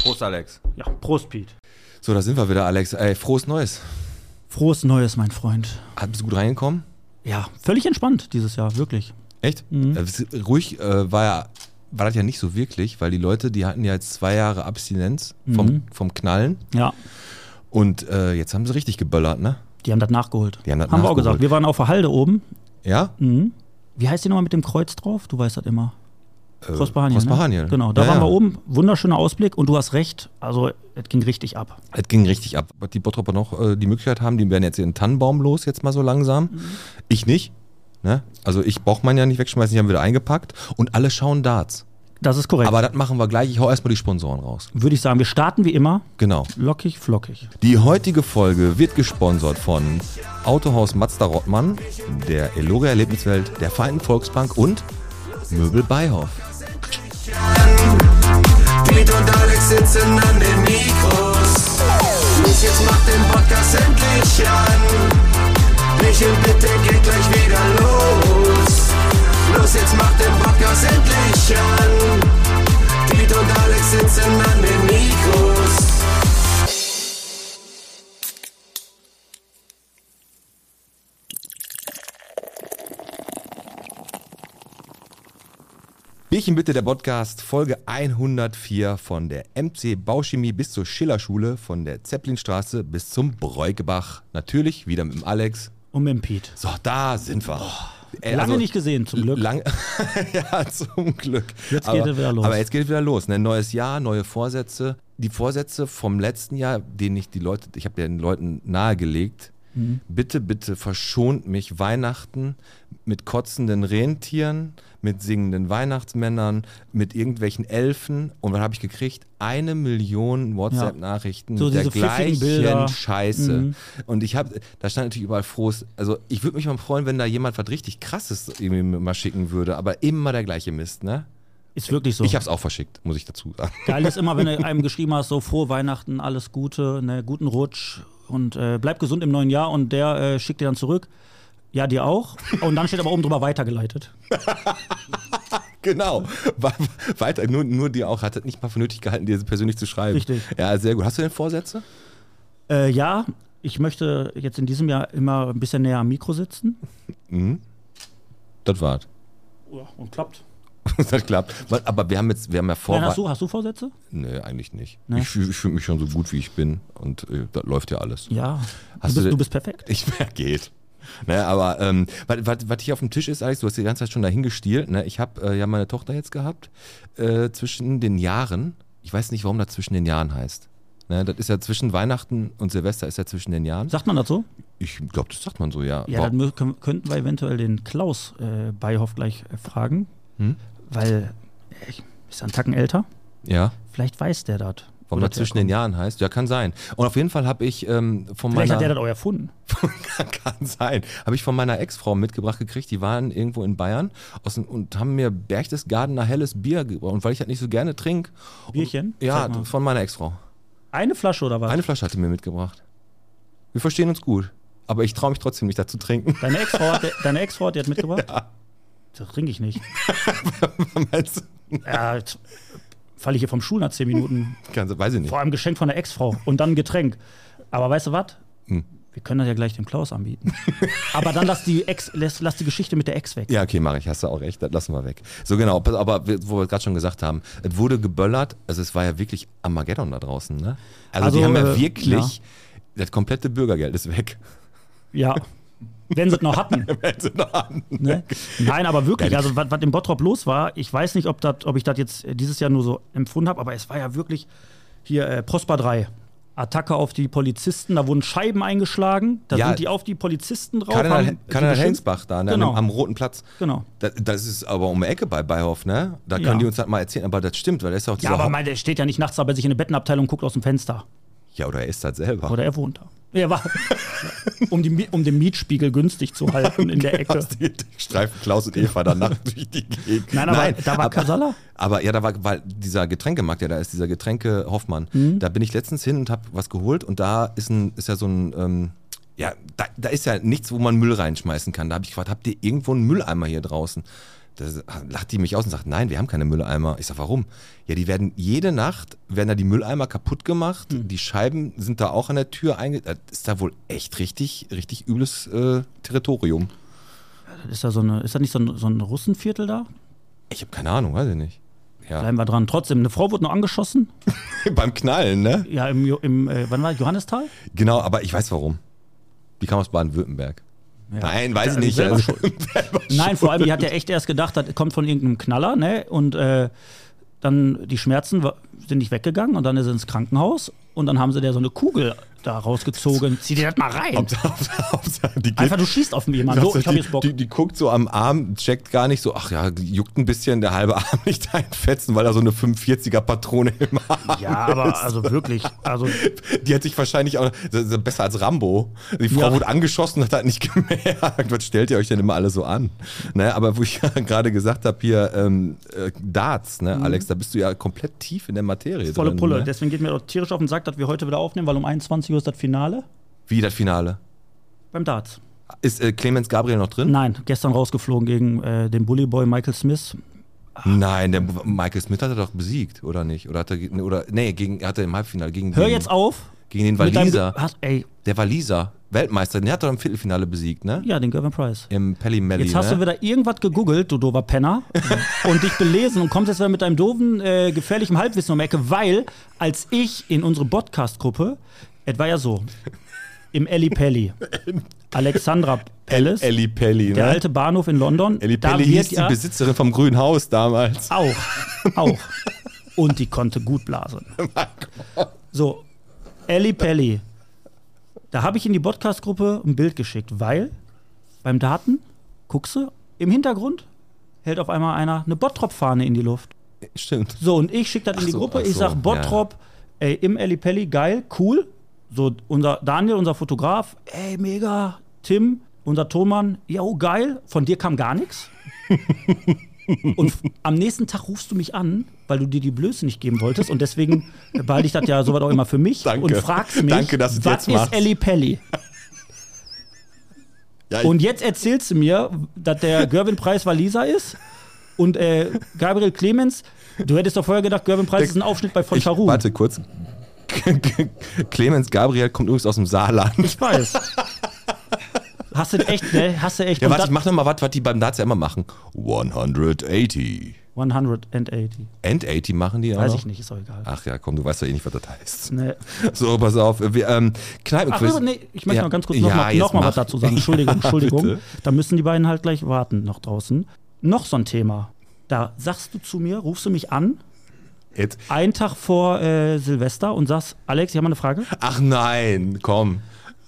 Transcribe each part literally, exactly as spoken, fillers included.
Prost, Alex. Ja, Prost, Pete. So, da sind wir wieder, Alex. Ey, frohes Neues. Frohes Neues, mein Freund. Bist du gut reingekommen? Ja, völlig entspannt dieses Jahr, wirklich. Echt? Mhm. Äh, ruhig äh, war ja, war das ja nicht so wirklich, weil die Leute, die hatten ja jetzt zwei Jahre Abstinenz vom, Mhm. vom Knallen. Ja. Und äh, jetzt haben sie richtig geböllert, ne? Die haben das nachgeholt. Die haben das haben wir auch nachgeholt. gesagt. Wir waren auf der Halde oben. Ja? Mhm. Wie heißt die nochmal mit dem Kreuz drauf? Du weißt das immer. Äh, Prosper-Haniel, Prosper-Haniel. ne? Genau, da Ja, waren ja. wir oben. Wunderschöner Ausblick und du hast recht. Also, es ging richtig ab. Es ging richtig ab. Was die Bottropper noch äh, die Möglichkeit haben, die werden jetzt ihren Tannenbaum los, jetzt mal so langsam. Mhm. Ich nicht. Ne? Also ich brauche meinen ja nicht wegschmeißen, die haben wieder eingepackt und alle schauen Darts. Das ist korrekt. Aber das machen wir gleich. Ich hau erstmal die Sponsoren raus. Würde ich sagen, wir starten wie immer. Genau. Lockig, flockig. Die heutige Folge wird gesponsert von Autohaus Mazda Rottmann, der Eloria Erlebniswelt, der Vereinten Volksbank und Möbel Beihoff. Piet und Alex sitzen an den Mikros. Los, jetzt macht den Podcast endlich an. Michel, bitte geht gleich wieder los. Los, jetzt macht den Podcast endlich an. Piet und Alex sitzen an den Mikros. Bierchen bitte, der Podcast, Folge hundertvier von der M C Bauchemie bis zur Schillerschule, von der Zeppelinstraße bis zum Bräukebach. Natürlich wieder mit dem Alex. Und mit dem Pete. So, da sind wir. Ey, Lange also, nicht gesehen, zum Glück. Lang, ja, zum Glück. Jetzt aber, geht es wieder los. Aber jetzt geht es wieder los. Ne? Neues Jahr, neue Vorsätze. Die Vorsätze vom letzten Jahr, denen ich die Leute, ich habe ja den Leuten nahegelegt, mhm. bitte, bitte verschont mich Weihnachten mit kotzenden Rentieren, mit singenden Weihnachtsmännern, mit irgendwelchen Elfen. Und was habe ich gekriegt? Eine Million WhatsApp-Nachrichten so der diese pfiffigen gleichen Bilder. Scheiße. Mhm. Und ich habe, da stand natürlich überall frohes, also ich würde mich mal freuen, wenn da jemand was richtig Krasses irgendwie mal schicken würde, aber immer der gleiche Mist, ne? Ist wirklich so. Ich habe es auch verschickt, muss ich dazu sagen. Geil ist immer, wenn du einem geschrieben hast, so frohe Weihnachten, alles Gute, ne, guten Rutsch und äh, bleib gesund im neuen Jahr und der äh, schickt dir dann zurück. Ja, dir auch. Und dann steht aber oben drüber weitergeleitet. Genau. Weiter, nur, nur dir auch. Hat es nicht mal für nötig gehalten, dir persönlich zu schreiben. Richtig. Ja, sehr gut. Hast du denn Vorsätze? Äh, ja, ich möchte jetzt in diesem Jahr immer ein bisschen näher am Mikro sitzen. Mhm. Das war's. Ja, und klappt. Das klappt. Aber wir haben jetzt, wir haben ja vor. Nein, hast, du, hast du Vorsätze? Nee, eigentlich nicht. Nee? Ich, fühle fühl mich schon so gut, wie ich bin. Und äh, das läuft ja alles. Ja, Hast du, bist, du, du bist perfekt. Ich geht. Ne, aber ähm, was, was, was hier auf dem Tisch ist, Alex, du hast die ganze Zeit schon dahin gestielt. Ne? Ich habe äh, ja meine Tochter jetzt gehabt, äh, zwischen den Jahren. Ich weiß nicht, warum das zwischen den Jahren heißt. Ne? Das ist ja zwischen Weihnachten und Silvester ist ja zwischen den Jahren. Sagt man das so? Ich glaube, das sagt man so, ja. Ja, dann mö- können, könnten wir eventuell den Klaus äh, Beihoff gleich äh, fragen. Hm? Weil, äh, ich ist ein Tacken älter. Ja. Vielleicht weiß der das. Warum das zwischen den Jahren heißt? Ja, kann sein. Und auf jeden Fall habe ich ähm, von Vielleicht meiner... hat der das auch erfunden. kann sein. Habe ich von meiner Ex-Frau mitgebracht gekriegt. Die waren irgendwo in Bayern aus, und haben mir Berchtesgadener helles Bier gebracht. Und weil ich halt nicht so gerne trinke. Bierchen? Ja, von meiner Ex-Frau. Eine Flasche oder was? Eine Flasche hatte mir mitgebracht. Wir verstehen uns gut. Aber ich traue mich trotzdem nicht, das zu trinken. Deine Ex-Frau hat, deine Ex-Frau hat die hat mitgebracht? Ja. Das trinke ich nicht. Was meinst du? Ja, jetzt falle ich hier vom Stuhl nach zehn Minuten. Kann, weiß ich nicht. Vor allem Geschenk von der Ex-Frau und dann ein Getränk. Aber weißt du was? Hm. Wir können das ja gleich dem Klaus anbieten. Aber dann lass die, Ex, lass, lass die Geschichte mit der Ex weg. Ja, okay, mache ich. Hast du auch recht. Das lassen wir weg. So genau. Aber wo wir gerade schon gesagt haben, es wurde geböllert. Also es war ja wirklich Armageddon da draußen. Ne? Also, Also, die haben ja äh, wirklich, ja. das komplette Bürgergeld ist weg. Ja. Wenn sie es noch hatten. Wenn sie noch hatten. Ne? Nein, aber wirklich, Ja, also was, was im Bottrop los war, ich weiß nicht, ob, dat, ob ich das jetzt dieses Jahr nur so empfunden habe, aber es war ja wirklich hier äh, Prosper drei. Attacke auf die Polizisten, da wurden Scheiben eingeschlagen, da Ja. sind die auf die Polizisten drauf. Kardinal, haben die Kardinal beschimpft. Hensbach da, ne, Genau. am, am Roten Platz. Genau. Das, das ist aber um die Ecke bei Beihoff, ne? Da können Ja. die uns das mal erzählen, aber das stimmt, weil das ist ja auch dieser Ja, aber Haupt- mein, der steht ja nicht nachts da bei sich in der Bettenabteilung und guckt aus dem Fenster. Ja, oder er ist das selber. Oder er wohnt da. Er war, um, die, Mi- um den Mietspiegel günstig zu halten in der Ecke. Streifen Klaus und Eva danach durch die Gegend. Nein, aber da war Casala? Aber ja, da war, weil dieser Getränkemarkt, ja, da ist dieser Getränke Hoffmann. Mhm. Da bin ich letztens hin und habe was geholt und da ist, ein, ist ja so ein, ähm, ja, da, da ist ja nichts, wo man Müll reinschmeißen kann. Da habe ich gefragt, habt ihr irgendwo einen Mülleimer hier draußen? Da lacht die mich aus und sagt, nein, wir haben keine Mülleimer. Ich sag, warum? Ja, die werden jede Nacht, werden da die Mülleimer kaputt gemacht, hm. die Scheiben sind da auch an der Tür einge... Das ist da wohl echt richtig, richtig übles äh, Territorium. Ist da so eine, ist da nicht so ein, so ein Russenviertel da? Ich habe keine Ahnung, weiß ich nicht. Ja. Bleiben wir dran. Trotzdem, eine Frau wurde noch angeschossen. Beim Knallen, ne? Ja, im, im äh, wann war Johannisthal? Genau, aber ich weiß warum. Die kam aus Baden-Württemberg. Ja. Nein, weiß ja, ich nicht. Also, Nein, vor allem, die hat ja echt erst gedacht, das kommt von irgendeinem Knaller, ne? Und äh, dann die Schmerzen sind nicht weggegangen und dann ist sie ins Krankenhaus und dann haben sie der so eine Kugel da rausgezogen. Zieh dir das mal rein. Hauptsache, Hauptsache, die geht, Einfach, du schießt auf jemanden. So, ich hab die, jetzt Bock. Die, die guckt so am Arm, checkt gar nicht so, ach ja, juckt ein bisschen, der halbe Arm nicht einfetzen, weil da so eine fünfundvierziger Patrone im Arm Ja, aber ist. also wirklich. Also die hat sich wahrscheinlich auch, besser als Rambo. Die Frau ja. wurde angeschossen und hat halt nicht gemerkt. Was stellt ihr euch denn immer alle so an? Naja, aber wo ich gerade gesagt habe, hier ähm, äh, Darts, ne, mhm. Alex, da bist du ja komplett tief in der Materie Volle drin. Pulle. Ne? Deswegen geht mir auch tierisch auf den Sack, dass wir heute wieder aufnehmen, weil um einundzwanzig Uhr ist das Finale. Wie das Finale? Beim Darts. Ist äh, Clemens Gabriel noch drin? Nein, gestern rausgeflogen gegen äh, den Bullyboy Michael Smith. Ach. Nein, der Michael Smith hat er doch besiegt, oder nicht? Oder hat er, oder, nee, gegen, er hatte im Halbfinale gegen Hör den, jetzt auf. Gegen den Waliser. Deinem, hast, ey. Der Waliser, Weltmeister, den hat er im Viertelfinale besiegt, ne? Ja, den Gervin Price. Im Pelly Melly, Jetzt hast ne? du wieder irgendwas gegoogelt, du doofer Penner, und dich belesen und kommst jetzt wieder mit deinem doofen, äh, gefährlichen Halbwissen um die Ecke, weil, als ich in unsere Podcast-Gruppe, es war ja so, im Elli Pelli, Alexandra Palace, Elli Pelli, ne? Der alte Bahnhof in London. Elli Pelli hieß die ja Besitzerin vom Grünen Haus damals. Auch, auch. Und die konnte gut blasen. So, Elli Pelli. Da habe ich in die Podcast-Gruppe ein Bild geschickt, weil beim Daten, guckst du, im Hintergrund hält auf einmal einer eine Bottrop-Fahne in die Luft. Stimmt. So, und ich schicke das in die so, Gruppe, so, ich sag Bottrop, ja. ey, im Elli Pelli, geil, cool. So, unser Daniel, unser Fotograf, ey, mega. Tim, unser Tonmann, jo, geil. Von dir kam gar nichts. Und am nächsten Tag rufst du mich an, weil du dir die Blöße nicht geben wolltest. Und deswegen behalte ich das ja soweit auch immer für mich. Danke. Und fragst mich, Danke, dass du was jetzt machst. ist Elli Pelli? Ja, und jetzt erzählst du mir, dass der Gervin Price Waliser ist und äh, Gabriel Clemens. Du hättest doch vorher gedacht, Gervin Price ist ein Aufschnitt bei von ich, Charoux. Warte kurz. Clemens Gabriel kommt übrigens aus dem Saarland. Ich weiß. Hast du echt, ne? Hast du echt. Ja, warte, ich mach noch mal was, was die beim Darts ja immer machen. hundertachtzig. hundertachtzig. And achtzig machen die auch Weiß noch? ich nicht, ist auch egal. Ach ja, komm, du weißt ja eh nicht, was das heißt. Nee. So, pass auf. Wir, ähm, Kneipenquiz. Ach, nee, ich möchte ja. noch ganz kurz ja, noch, mal, noch mal was dazu sagen. Entschuldigung, Entschuldigung. Bitte. Da müssen die beiden halt gleich warten, noch draußen. Noch so ein Thema. Da sagst du zu mir, rufst du mich an, Jetzt. einen Tag vor äh, Silvester und sagst, Alex, ich habe mal eine Frage. Ach nein, komm.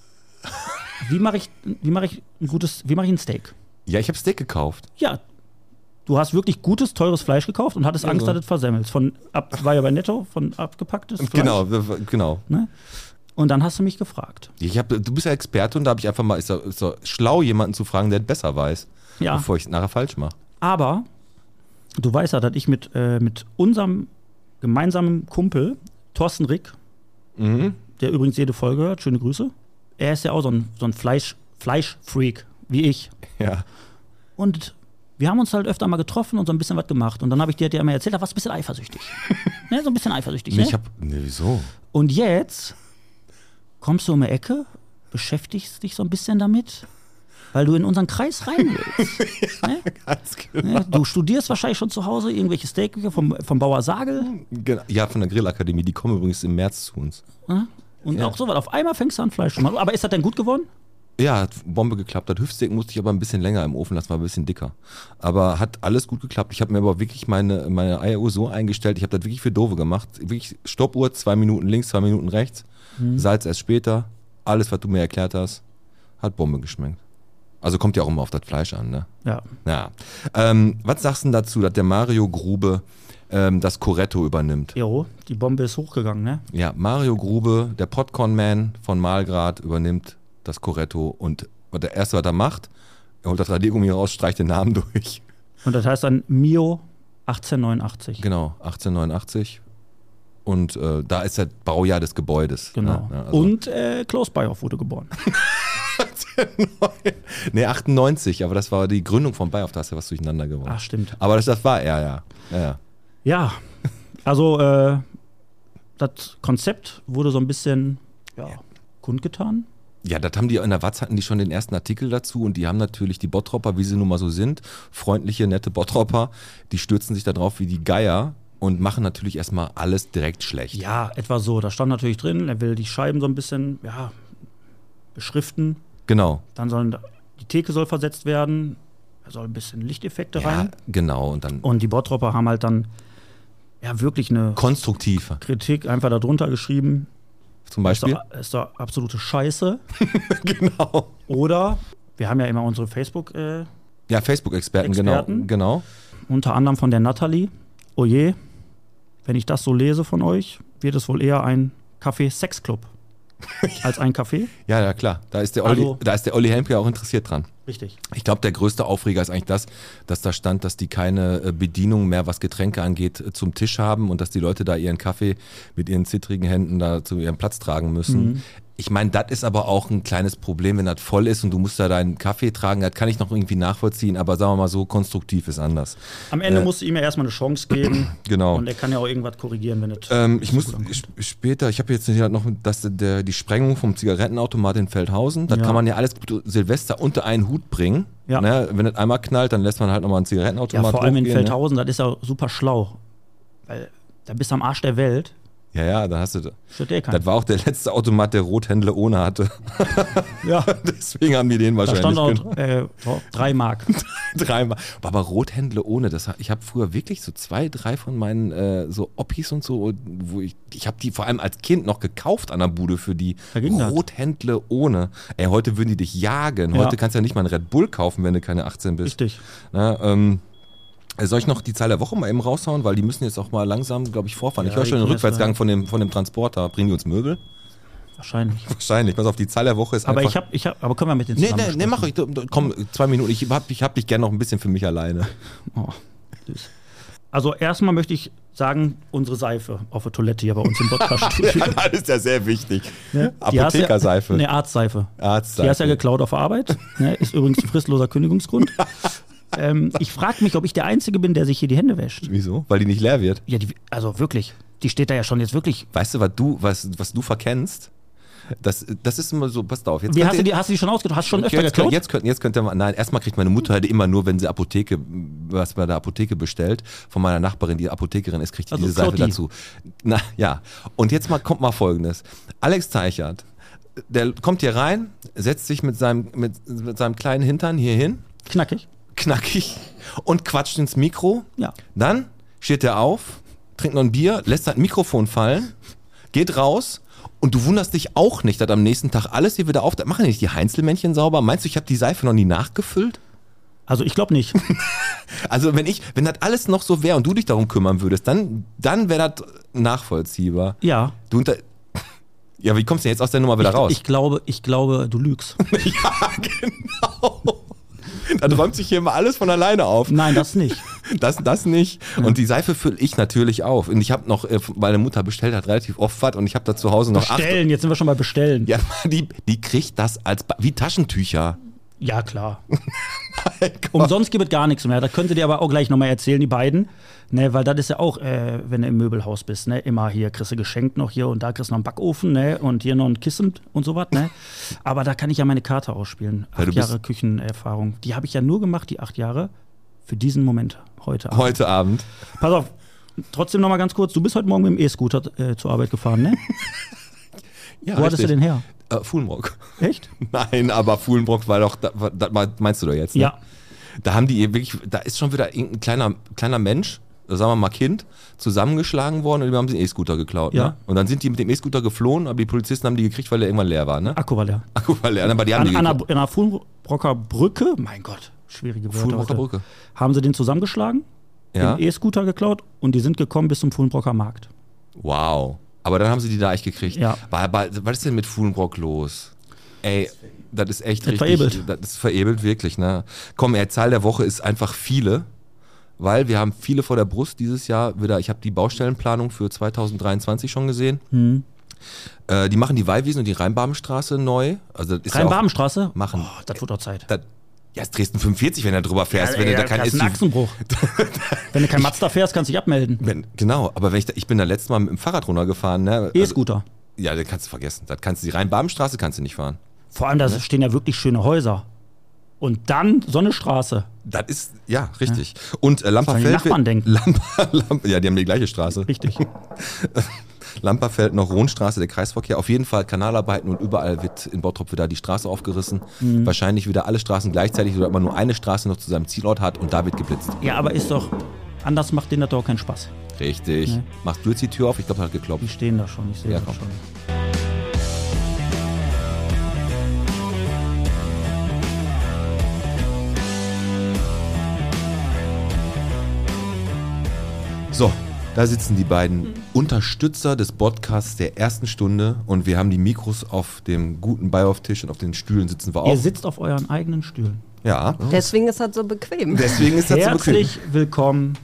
Wie mache ich, wie mache ich ein gutes, wie mache ich ein Steak? Ja, ich habe Steak gekauft. Ja, du hast wirklich gutes, teures Fleisch gekauft und hattest Ja, Angst, so. dass es versemmelt. Von ab, war ja bei Netto, von abgepacktes Fleisch. Genau, genau. Ne? Und dann hast du mich gefragt. Ich hab, du bist ja Experte und da habe ich einfach mal, ist doch, ist doch schlau, jemanden zu fragen, der es besser weiß, Ja. bevor ich es nachher falsch mache. Aber du weißt ja, dass ich mit, äh, mit unserem gemeinsamen Kumpel, Thorsten Rick, Mhm. der übrigens jede Folge hört, schöne Grüße, er ist ja auch so ein, so ein Fleisch, Fleischfreak, wie ich. Ja. Und wir haben uns halt öfter mal getroffen und so ein bisschen was gemacht. Und dann habe ich dir ja immer erzählt, da warst du ein bisschen eifersüchtig. Ne, so ein bisschen eifersüchtig, Nee, ne? ich hab, nee, wieso? Und jetzt kommst du um die Ecke, beschäftigst dich so ein bisschen damit, weil du in unseren Kreis rein willst. Ne? Ganz genau. Ne? Du studierst wahrscheinlich schon zu Hause irgendwelche Steaks vom, vom Bauer Sagel. Genau. Ja, von der Grillakademie, die kommen übrigens im März zu uns. Ne? Und Ja. auch so was. Auf einmal fängst du an, Fleisch zu machen. Aber ist das denn gut geworden? Ja, hat Bombe geklappt. Das Hüftsteak musste ich aber ein bisschen länger im Ofen lassen, war ein bisschen dicker. Aber hat alles gut geklappt. Ich habe mir aber wirklich meine, meine Eieruhr so eingestellt, ich habe das wirklich für Doofe gemacht. Wirklich Stoppuhr, zwei Minuten links, zwei Minuten rechts. Mhm. Salz erst später. Alles, was du mir erklärt hast, hat Bombe geschmeckt. Also kommt ja auch immer auf das Fleisch an, ne? Ja. Ja. Ähm, was sagst du denn dazu, dass der Mario Grube ähm, das Coretto übernimmt? Jo, die Bombe ist hochgegangen, ne? Ja, Mario Grube, der Popcorn-Man von Malgrad, übernimmt das Coretto und was der Erste, was er macht, er holt das Radiergummi raus, streicht den Namen durch. Und das heißt dann Mio achtzehnhundertneunundachtzig. Genau, achtzehnhundertneunundachtzig. Und äh, da ist das Baujahr des Gebäudes. Genau. Ne? Ja, also Und äh, Klaus Beihoff wurde geboren. Nee, achtundneunzig, aber das war die Gründung von Bayhoff, da hast du was durcheinander geworfen. Ach, stimmt. Aber das, das war er, ja. Ja, ja. Ja, also äh, das Konzept wurde so ein bisschen ja, kundgetan. Ja, das haben die in der Watz hatten die schon den ersten Artikel dazu und die haben natürlich die Bottropper, wie sie nun mal so sind, freundliche, nette Bottropper, die stürzen sich da drauf wie die Geier und machen natürlich erstmal alles direkt schlecht. Ja, etwa so. Da stand natürlich drin, er will die Scheiben so ein bisschen ja, beschriften. Genau. Dann sollen die Theke soll versetzt werden, da soll ein bisschen Lichteffekte Ja, rein. genau. Und dann Und die Bottropper haben halt dann ja wirklich eine konstruktiv. Kritik einfach darunter geschrieben. Zum Beispiel. Ist doch, ist doch absolute Scheiße. Genau. Oder wir haben ja immer unsere Facebook, äh, Ja, Facebook-Experten, genau. Experten. genau. unter anderem von der Nathalie. Oh je, wenn ich das so lese von euch, wird es wohl eher ein Café-Sex-Club als ein Café. Ja, ja, klar. Da ist der Olli, Also- da ist der Olli Helmke auch interessiert dran. Richtig. Ich glaube, der größte Aufreger ist eigentlich das, dass da stand, dass die keine äh, Bedienung mehr, was Getränke angeht, äh, zum Tisch haben und dass die Leute da ihren Kaffee mit ihren zittrigen Händen da zu ihrem Platz tragen müssen. Mhm. Ich meine, das ist aber auch ein kleines Problem, wenn das voll ist und du musst da deinen Kaffee tragen. Das kann ich noch irgendwie nachvollziehen, aber sagen wir mal so, konstruktiv ist anders. Am Ende Äh, musst du ihm ja erstmal eine Chance geben. Genau. Und er kann ja auch irgendwas korrigieren, wenn es. Ähm, nicht ich so muss gut ankommt. sp- später, ich habe jetzt hier noch das, der, die Sprengung vom Zigarettenautomat in Feldhausen. Das Ja. kann man ja alles Silvester unter einen Hut bringen. Ja. Ne? Wenn das einmal knallt, dann lässt man halt nochmal einen Ja, Zigarettenautomat vor allem in hochgehen, ne? Feldhausen, das ist ja super schlau. Weil da bist du am Arsch der Welt. Ja, ja, da hast du das. Stört eh keinen. Das war auch der letzte Automat, der Rothändle ohne hatte. Ja, Deswegen haben die den da wahrscheinlich stand auch genommen. äh, so, drei Mark. Dreimal. Aber Rothändle ohne, das, ha- ich habe früher wirklich so zwei, drei von meinen äh, so Oppis und so, wo ich, ich habe die vor allem als Kind noch gekauft an der Bude für die Da ging das. Rothändle ohne. Ey, heute würden die dich jagen. Ja. Heute kannst du ja nicht mal einen Red Bull kaufen, wenn du keine achtzehn bist. Richtig. Na, ähm, soll ich noch die Zahl der Woche mal eben raushauen, weil die müssen jetzt auch mal langsam, glaube ich, vorfahren. Ja, ich höre schon die den können Rückwärtsgang jetzt von dem, von dem Transporter. Bringen die uns Möbel? Wahrscheinlich. Wahrscheinlich. Pass auf, die Zahl der Woche ist Aber einfach... ich habe, ich hab, aber können wir mit den Nee, zusammen nee, nee, mach ich. Komm, zwei Minuten. Ich hab, ich hab dich gerne noch ein bisschen für mich alleine. Oh, süß. Also erstmal möchte ich sagen, unsere Seife auf der Toilette hier bei uns im Podcast-Studio. Ja, das ist ja sehr wichtig. Ne? Die hast Apothekerseife. Ja, ne, Arztseife. Arztseife. Die hast du ja geklaut auf der Arbeit. Ne? Ist übrigens ein fristloser Kündigungsgrund. ähm, ich frage mich, ob ich der Einzige bin, der sich hier die Hände wäscht. Wieso? Weil die nicht leer wird. Ja, die, also wirklich. Die steht da ja schon jetzt wirklich. Weißt du, was du, was, was du verkennst? Das, das ist immer so, pass auf. Jetzt Wie könnt hast du ihr- die, hast du die schon ausgedacht? Hast du schon öfter jetzt, geklaut? könnt, jetzt, könnt, jetzt könnt ihr mal, nein, erstmal kriegt meine Mutter halt immer nur, wenn sie Apotheke, was bei der Apotheke bestellt, von meiner Nachbarin, die Apothekerin ist, kriegt die Also diese Seife klaut die. dazu. Na, ja. Und jetzt mal, kommt mal Folgendes. Alex Teichert, der kommt hier rein, setzt sich mit seinem, mit, mit seinem kleinen Hintern hier hin, Knackig. knackig, und quatscht ins Mikro. Ja. Dann steht er auf, trinkt noch ein Bier, lässt sein Mikrofon fallen, geht raus und du wunderst dich auch nicht, dass am nächsten Tag alles hier wieder auf. Machen die nicht die Heinzelmännchen sauber? Meinst du, ich habe die Seife noch nie nachgefüllt? Also ich glaube nicht. Also wenn ich, wenn das alles noch so wäre und du dich darum kümmern würdest, dann, dann wäre das nachvollziehbar. Ja. Du unter ja, wie kommst du denn jetzt aus der Nummer wieder Ich, raus? ich glaube, ich glaube, du lügst. ja, genau. Dann räumt sich hier immer alles von alleine auf. Nein, das nicht. Das, das nicht. Und die Seife fülle ich natürlich auf. Und ich habe noch, äh, meine Mutter bestellt hat relativ oft was und ich habe da zu Hause noch Bestellen, jetzt sind wir schon bei Bestellen. Ja, die, die kriegt das als ba- wie Taschentücher. Ja, klar. Umsonst gibt es gar nichts mehr. Das könnt ihr dir aber auch gleich nochmal erzählen, die beiden. Ne, weil das ist ja auch, äh, wenn du im Möbelhaus bist, ne, immer hier kriegst du geschenkt noch hier und da kriegst du noch einen Backofen, ne, und hier noch ein Kissen und sowas, ne. Aber da kann ich ja meine Karte ausspielen. Weil du Acht bist- Jahre Küchenerfahrung. Die habe ich ja nur gemacht, die acht Jahre, für diesen Moment heute Abend. Heute Abend. Pass auf, trotzdem nochmal ganz kurz. Du bist heute Morgen mit dem E-Scooter äh, zur Arbeit gefahren, ne? Ja, Wo hattest du den her? Äh, Fuhlenbrock. Echt? Nein, aber Fuhlenbrock war doch, da- das meinst du doch jetzt, ne? Ja. Da haben die wirklich, da ist schon wieder irgendein kleiner, kleiner Mensch, sagen wir mal Kind, zusammengeschlagen worden und die haben den E-Scooter geklaut. Ja. Ne? Und dann sind die mit dem E-Scooter geflohen, aber die Polizisten haben die gekriegt, weil der irgendwann leer war. Ne? Akku war leer. Akku war leer, aber die haben An, die an, gekriegt. einer, an einer Fuhlenbrocker Brücke, mein Gott, schwierige Wörter Fuhlenbrocker heute. Brücke. Haben sie den zusammengeschlagen, Ja. den E-Scooter geklaut und die sind gekommen bis zum Fuhlenbrocker Markt. Wow. Aber dann haben sie die da echt gekriegt. Ja. War, war, was ist denn mit Fuhlenbrock los? Ey, das ist echt Das richtig. verebelt. Das ist verebelt, wirklich. Ne? Komm, ey, Zahl der Woche ist einfach viele, weil wir haben viele vor der Brust dieses Jahr wieder. Ich habe die Baustellenplanung für zweitausenddreiundzwanzig schon gesehen. Mhm. Äh, die machen die Weihwiesen und die Rheinbarbenstraße neu. Also das ist Rheinbarbenstraße? Machen. Oh, das wird doch Zeit. Das, ja, ist Dresden fünfundvierzig, wenn du drüber fährst. Ja, wenn ey, du da kein das ist ein Achsenbruch. Wenn du kein Mazda fährst, kannst du dich abmelden. Wenn, genau, aber wenn ich, da, ich bin da letztes Mal mit dem Fahrrad runtergefahren. Ne? E-Scooter. Also, ja, den kannst du vergessen. Das kannst du, die Rheinbarbenstraße kannst du nicht fahren. Vor allem, da Ne? stehen ja wirklich schöne Häuser. Und dann so eine Straße. Das ist, ja, richtig. Ja. Und äh, Kann die Lamperfeld. Nachbarn denken. Lamper, Lamper, ja, die haben die gleiche Straße. Richtig. Lamperfeld, noch Rohnstraße, der Kreisverkehr. Auf jeden Fall Kanalarbeiten und überall wird in Bottrop wieder die Straße aufgerissen. Mhm. Wahrscheinlich wieder alle Straßen gleichzeitig, sodass man nur eine Straße noch zu seinem Zielort hat und da wird geblitzt. Ja, aber ist doch, anders macht denen das doch auch keinen Spaß. Richtig. Nee. Machst du jetzt die Tür auf? Ich glaube, das hat geklopft. Die stehen da schon, ich sehe Ja, das komm. schon. So, da sitzen die beiden Unterstützer des Podcasts der ersten Stunde und wir haben die Mikros auf dem guten Beihoff-Tisch und auf den Stühlen sitzen wir auch. Ihr sitzt auf euren eigenen Stühlen. Ja, Deswegen ist das so bequem. deswegen ist das so bequem. Herzlich willkommen,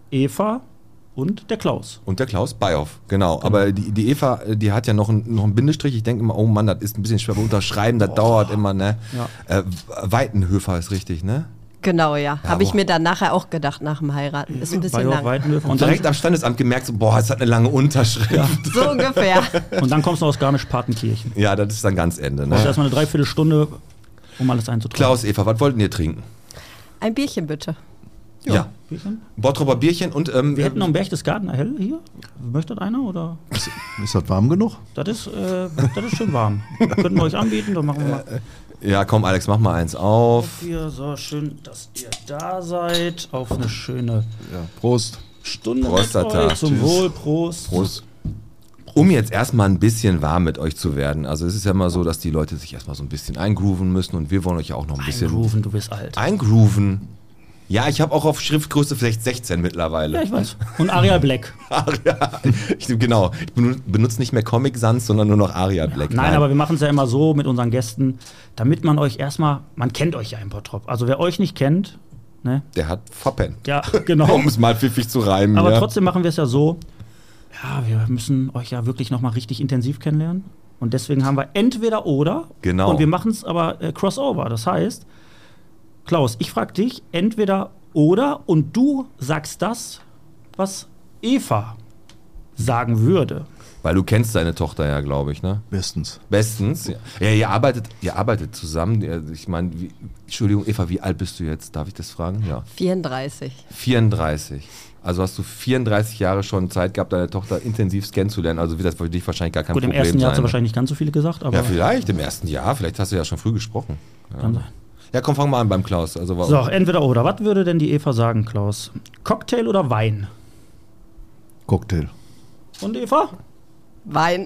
Eva und der Klaus. Und der Klaus Beihoff, genau. Aber die, die Eva, die hat ja noch, ein, noch einen Bindestrich. Ich denke immer, oh Mann, das ist ein bisschen schwer bei Unterschreiben, das dauert immer, ne? Ja. Äh, Weitenhöfer ist richtig, ne? Genau, ja. Ja, Habe ich boah. mir dann nachher auch gedacht, nach dem Heiraten. Ist ein bisschen Beihoff, lang. Weidenhöfer. Und Direkt dann, am Standesamt gemerkt, so, boah, es hat eine lange Unterschrift. So ungefähr. und dann kommst du aus Garmisch-Partenkirchen. Ja, das ist dann ganz Ende, Du hast ne? erstmal eine Dreiviertelstunde, um alles einzutragen. Klaus, Eva, was wollten ihr trinken? Ein Bierchen bitte. Ja. Bierchen? Bottroper Bierchen und ähm, Wir hätten noch einen Berchtesgadener Hell hier. Möchte das einer? Oder? Ist das warm genug? Das ist, äh, das ist schön warm. Könnten wir euch anbieten, dann machen wir mal. ja, komm, Alex, mach mal eins auf. Hier, so schön, dass ihr da seid. Auf eine schöne Ja. Prost. Stunde Prostata. mit euch. Zum Tschüss. Wohl, Prost. Prost. Um jetzt erstmal ein bisschen warm mit euch zu werden. Also es ist ja immer so, dass die Leute sich erstmal so ein bisschen eingrooven müssen und wir wollen euch ja auch noch ein bisschen Eingrooven, du bist alt. eingrooven. Ja, ich habe auch auf Schriftgröße vielleicht sechzehn mittlerweile. Ja, ich weiß. Und Arial Black. Aria. Ich, genau, ich benut- benutze nicht mehr Comic Sans, sondern nur noch Aria Black. Nein, aber wir machen es ja immer so mit unseren Gästen, damit man euch erstmal, man kennt euch ja im Bottrop. Also wer euch nicht kennt, ne? Der hat verpennt. Ja, genau. Um es mal pfiffig zu reimen. Aber ja. trotzdem machen wir es ja so, ja, wir müssen euch ja wirklich nochmal richtig intensiv kennenlernen. Und deswegen haben wir entweder oder. Genau. Und wir machen es aber äh, crossover. Das heißt, Klaus, ich frage dich entweder oder und du sagst das, was Eva sagen würde. Weil du kennst deine Tochter ja, glaube ich, ne? Bestens. Bestens. Ja, ja ihr, arbeitet, ihr arbeitet zusammen. Ja, ich meine, wie- Entschuldigung, Eva, wie alt bist du jetzt? Darf ich das fragen? Ja. vierunddreißig. vierunddreißig. Also hast du vierunddreißig Jahre schon Zeit gehabt, deine Tochter intensiv kennenzulernen. Also wird das für dich wahrscheinlich gar kein Gut, im Problem ersten Jahr hast du sein. wahrscheinlich nicht ganz so viele gesagt, aber Ja, vielleicht im ersten Jahr. Vielleicht hast du ja schon früh gesprochen. kann Ja, sein. ja komm, fang mal an beim Klaus. Also, warum? So, entweder oder. Was würde denn die Eva sagen, Klaus? Cocktail oder Wein? Cocktail. Und Eva? Wein.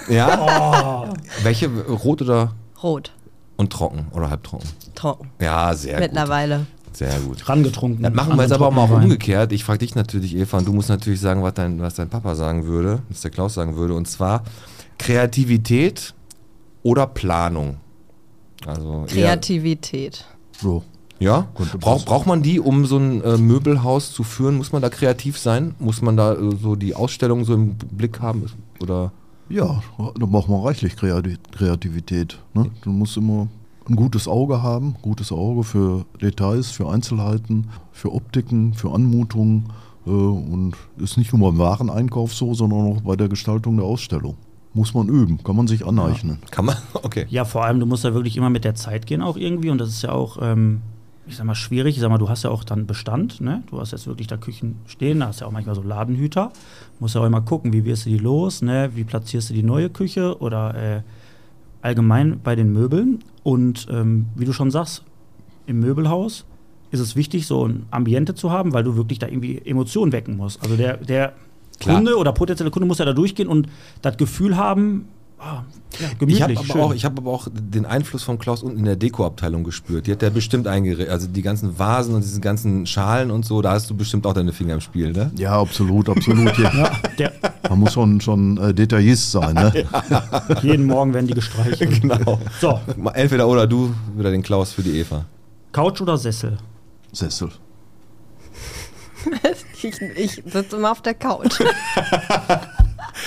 Ja? Welche? Rot oder Rot. und trocken oder halbtrocken? Trocken. Ja, sehr Mittlerweile. gut. Sehr gut. Rangetrunken. Das machen An wir jetzt den aber auch mal trockenen Wein. umgekehrt. Ich frage dich natürlich, Eva, und du musst natürlich sagen, was dein, was dein Papa sagen würde, was der Klaus sagen würde. Und zwar Kreativität oder Planung. Also eher- Kreativität. So. Ja? Könnte Brauch, passen. braucht man die, um so ein äh, Möbelhaus zu führen? Muss man da kreativ sein? Muss man da äh, so die Ausstellung so im Blick haben? Oder? Ja, da braucht man reichlich Kreati- Kreativität. Ne? Du musst immer ein gutes Auge haben, gutes Auge für Details, für Einzelheiten, für Optiken, für Anmutungen. Äh, und ist nicht nur beim Wareneinkauf so, sondern auch bei der Gestaltung der Ausstellung. Muss man üben, kann man sich aneignen. Kann man? Okay. Ja, vor allem, du musst ja wirklich immer mit der Zeit gehen auch irgendwie und das ist ja auch, ähm, ich sag mal, schwierig. Ich sag mal, du hast ja auch dann Bestand, ne? Du hast jetzt wirklich da Küchen stehen, da hast ja auch manchmal so Ladenhüter. Musst ja auch immer gucken, wie wirst du die los, ne? Wie platzierst du die neue Küche oder äh, allgemein bei den Möbeln. Und ähm, wie du schon sagst, im Möbelhaus ist es wichtig, so ein Ambiente zu haben, weil du wirklich da irgendwie Emotionen wecken musst. Also der, der Klar. Kunde oder potenzielle Kunde muss ja da durchgehen und das Gefühl haben, ah, ja, gemütlich, Ich habe aber, schön. auch- ich hab aber auch den Einfluss von Klaus unten in der Dekoabteilung gespürt. Die hat der bestimmt eingerichtet. Also die ganzen Vasen und diese ganzen Schalen und so, da hast du bestimmt auch deine Finger im Spiel, ne? Ja, absolut, absolut. Hier. Ja, der, Man muss schon, schon äh, Detaillist sein. Ne? jeden Morgen werden die gestreichelt. Genau. So, Entweder oder du oder den Klaus für die Eva. Couch oder Sessel? Sessel. Ich, ich sitze immer auf der Couch.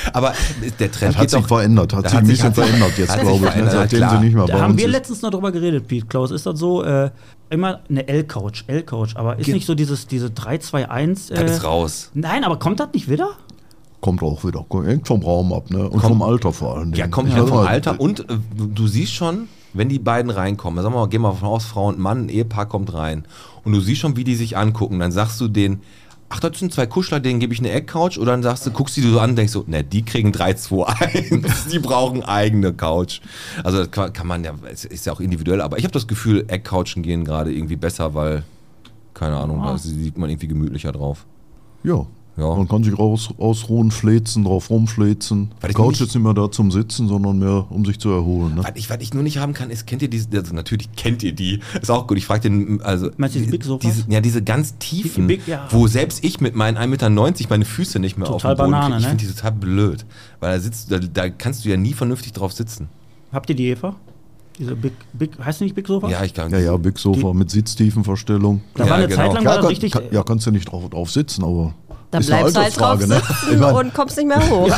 Aber der Trend Hat geht sich doch, verändert, hat Da sich hat ein sich- bisschen hat sich- verändert jetzt, hat sich glaube ich, ne, verändert, seitdem klar. sie nicht mehr Da bei haben uns wir ist. letztens noch drüber geredet, Pete Klaus. Ist das so, äh, immer eine L-Coach, L-Coach, aber ist Ge- nicht so dieses, diese drei zwei eins. Äh, das ist raus. Nein, aber kommt das nicht wieder? Kommt auch wieder, hängt vom Raum ab, ne? Und vom Alter vor allem. Ja, kommt ja vom Alter und äh, du, du siehst schon, wenn die beiden reinkommen, sagen wir mal, gehen wir davon aus, Frau und Mann, ein Ehepaar kommt rein und du siehst schon, wie die sich angucken, dann sagst du denen, ach, das sind zwei Kuschler, denen gebe ich eine Eckcouch, oder dann sagst du, guckst die so an und denkst so, ne, die kriegen drei zwei eins, die brauchen eigene Couch. Also das kann, kann man ja, es ist ja auch individuell, aber ich habe das Gefühl, Eckcouchen gehen gerade irgendwie besser, weil, keine Ahnung, da sieht man irgendwie gemütlicher drauf. Ja. Ja. Man kann sich raus, ausruhen, flezen, drauf rumflezen. Weil Die ich Couch nicht- ist nicht mehr da zum Sitzen, sondern mehr um sich zu erholen. Ne? Was ich, was ich nur nicht haben kann, ist, kennt ihr diese, also natürlich kennt ihr die, ist auch gut, ich frage den, also. Meinst du diese die- Big Sofas? diese, Ja, diese ganz tiefen, Die Big, ja. wo selbst ich mit meinen ein Meter neunzig meine Füße nicht mehr Total auf den Boden Banane, kriege. Ich ne? finde die total blöd, weil da sitzt, da, da kannst du ja nie vernünftig drauf sitzen. Habt ihr die Eva? Diese Big, Big, heißt die nicht Big Sofa? Ja, ich kann. Ja, ja, Big Sofa mit Sitztiefenverstellung. Da Ja, war eine genau. Zeit lang Ja, war das kann, richtig. kann, ja, kannst du nicht drauf, drauf sitzen, aber Da ist eine bleibst du halt drauf Altersfrage, ne? sitzen Ich mein, und kommst nicht mehr hoch.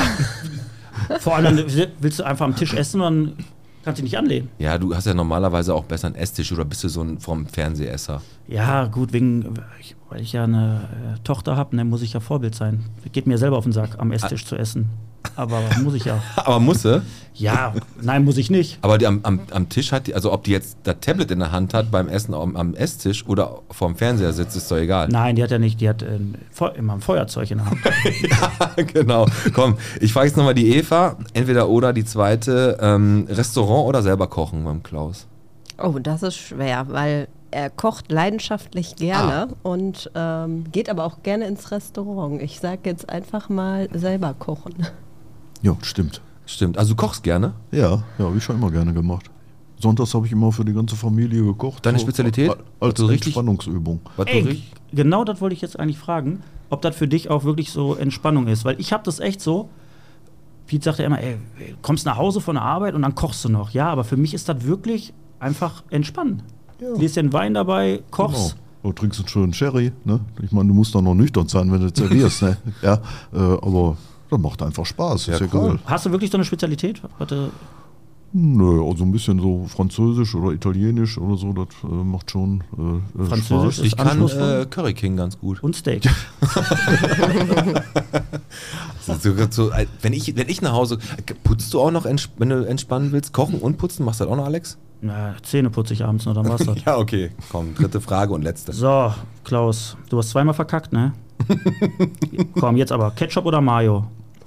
Vor allem dann willst du einfach am Tisch essen und dann kannst du dich nicht anlehnen. Ja, du hast ja normalerweise auch besser einen Esstisch oder bist du so ein vom Fernsehesser. Ja, gut, wegen, ich, weil ich ja eine äh, Tochter habe, ne, muss ich ja Vorbild sein. Geht mir selber auf den Sack, am Esstisch zu essen. Aber muss ich ja. Aber musste. Ja, nein, muss ich nicht. Aber die am, am, am Tisch hat die, also ob die jetzt das Tablet in der Hand hat beim Essen am, am Esstisch oder vorm Fernseher sitzt, ist doch egal. Nein, die hat ja nicht, die hat äh, Feu- immer ein Feuerzeug in der Hand. Ja, genau. Komm, ich frage jetzt nochmal die Eva, entweder oder die zweite, ähm, Restaurant oder selber kochen beim Klaus? Oh, das ist schwer, weil er kocht leidenschaftlich gerne und ähm, geht aber auch gerne ins Restaurant. Ich sage jetzt einfach mal selber kochen. ja, stimmt. Stimmt, also du kochst gerne? Ja, ja, habe ich schon immer gerne gemacht. Sonntags habe ich immer für die ganze Familie gekocht. Deine so Spezialität? a- Als Also richtig- Entspannungsübung. Was du Ey, riech- genau das wollte ich jetzt eigentlich fragen, ob das für dich auch wirklich so Entspannung ist. Weil ich habe das echt so, Pete sagt ja immer, ey, kommst nach Hause von der Arbeit und dann kochst du noch. Ja, aber für mich ist das wirklich einfach entspannen. Ja. Liest dir einen Wein dabei, kochst. Genau. Du trinkst einen schönen Sherry, ne? Ich meine, du musst dann noch nüchtern sein, wenn du servierst, ne? Ja, äh, aber das macht einfach Spaß, Ja, ist cool. egal. Hast du wirklich so eine Spezialität? Warte, Nö, also ein bisschen so französisch oder italienisch oder so, das äh, macht schon äh, äh, Französisch Spaß. Ich kann anspruchsvoll? äh, Curry King ganz gut. und Steak. So, so, äh, wenn, ich, wenn ich nach Hause, putzt du auch noch, ents- wenn du entspannen willst, kochen und putzen, machst du das auch noch, Alex? Na, Zähne putze ich abends noch, dann war's das. Ja, okay. Komm, dritte Frage und letzte. So, Klaus, du hast zweimal verkackt, ne? Komm, jetzt aber, Ketchup oder Mayo?